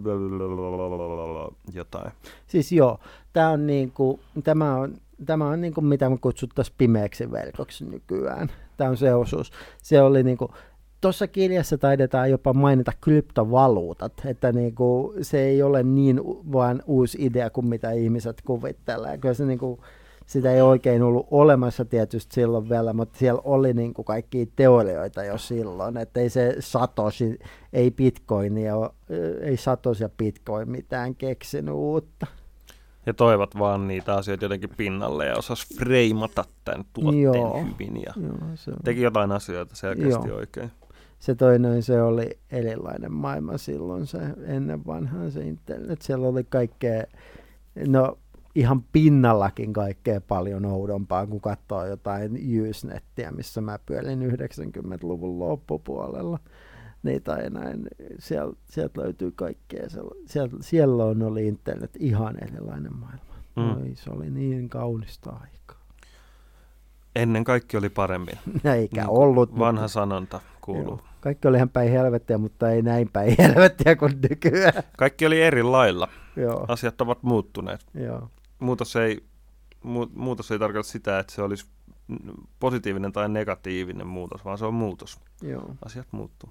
jotain. Siis joo, tämä on niinku mitä me kutsuttaisiin pimeäksi verkoksi nykyään. Tämä on se osuus. Se oli niinku tuossa kirjassa taidetaan jopa mainita kryptovaluutat, että se ei ole niin vaan uusi idea kuin mitä ihmiset kuvittelee. Kyllä se sitä ei oikein ollut olemassa tietysti silloin vielä, mutta siellä oli niin kuin kaikkia teorioita jo silloin, että ei se Satoshi, ei Bitcoinia, ei Satoshi ja Bitcoin mitään keksinyt uutta. Ja toivat vaan niitä asioita jotenkin pinnalle ja osas freimata tämän tuotteen hyvin ja teki jotain asioita selkeästi oikein. Se toinen, se oli erilainen maailma silloin, se ennen vanhaan se internet. Siellä oli kaikkea, no ihan pinnallakin kaikkea paljon oudompaa, kun katsoo jotain Usenetia, missä mä pyölin 90-luvun loppupuolella. Niin tai näin, sieltä löytyy kaikkea. Siellä oli internet ihan erilainen maailma. Se oli niin kaunista aikaa. Ennen kaikki oli paremmin. Eikä niin ollut. Vanha sanonta kuuluu. Joo. Kaikki oli ihan päin helvettiä, mutta ei näin päin helvettiä kuin nykyään. Kaikki oli eri lailla. Joo. Asiat ovat muuttuneet. Joo. Muutos ei tarkoita sitä, että se olisi positiivinen tai negatiivinen muutos, vaan se on muutos. Joo. Asiat muuttuu.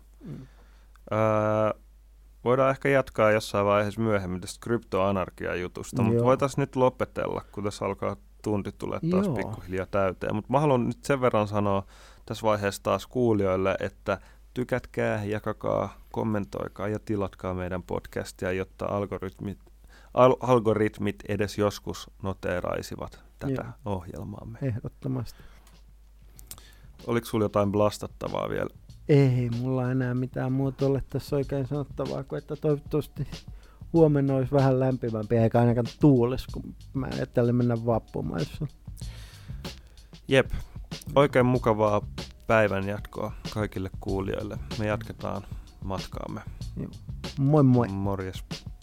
Voidaan ehkä jatkaa jossain vaiheessa myöhemmin tästä kryptoanarkia-jutusta, mutta voitaisiin nyt lopetella, kun tässä alkaa tunti tulee taas pikkuhiljaa täyteen. Mutta mä haluan nyt sen verran sanoa tässä vaiheessa taas kuulijoille, että tykätkää, jakakaa, kommentoikaa ja tilatkaa meidän podcastia, jotta algoritmit edes joskus noteeraisivat tätä ohjelmaamme. Ehdottomasti. Oliko sulla jotain blastattavaa vielä? Ei mulla enää mitään muuta ole tässä oikein sanottavaa, kuin että toivottavasti huomenna olisi vähän lämpimämpi, eikä ainakaan tuulis, kun mä ajattelin mennä vappumaissa. Jep, oikein mukavaa päivän jatkoa kaikille kuulijoille. Me jatketaan matkaamme. Joo. Moi moi. Morjes.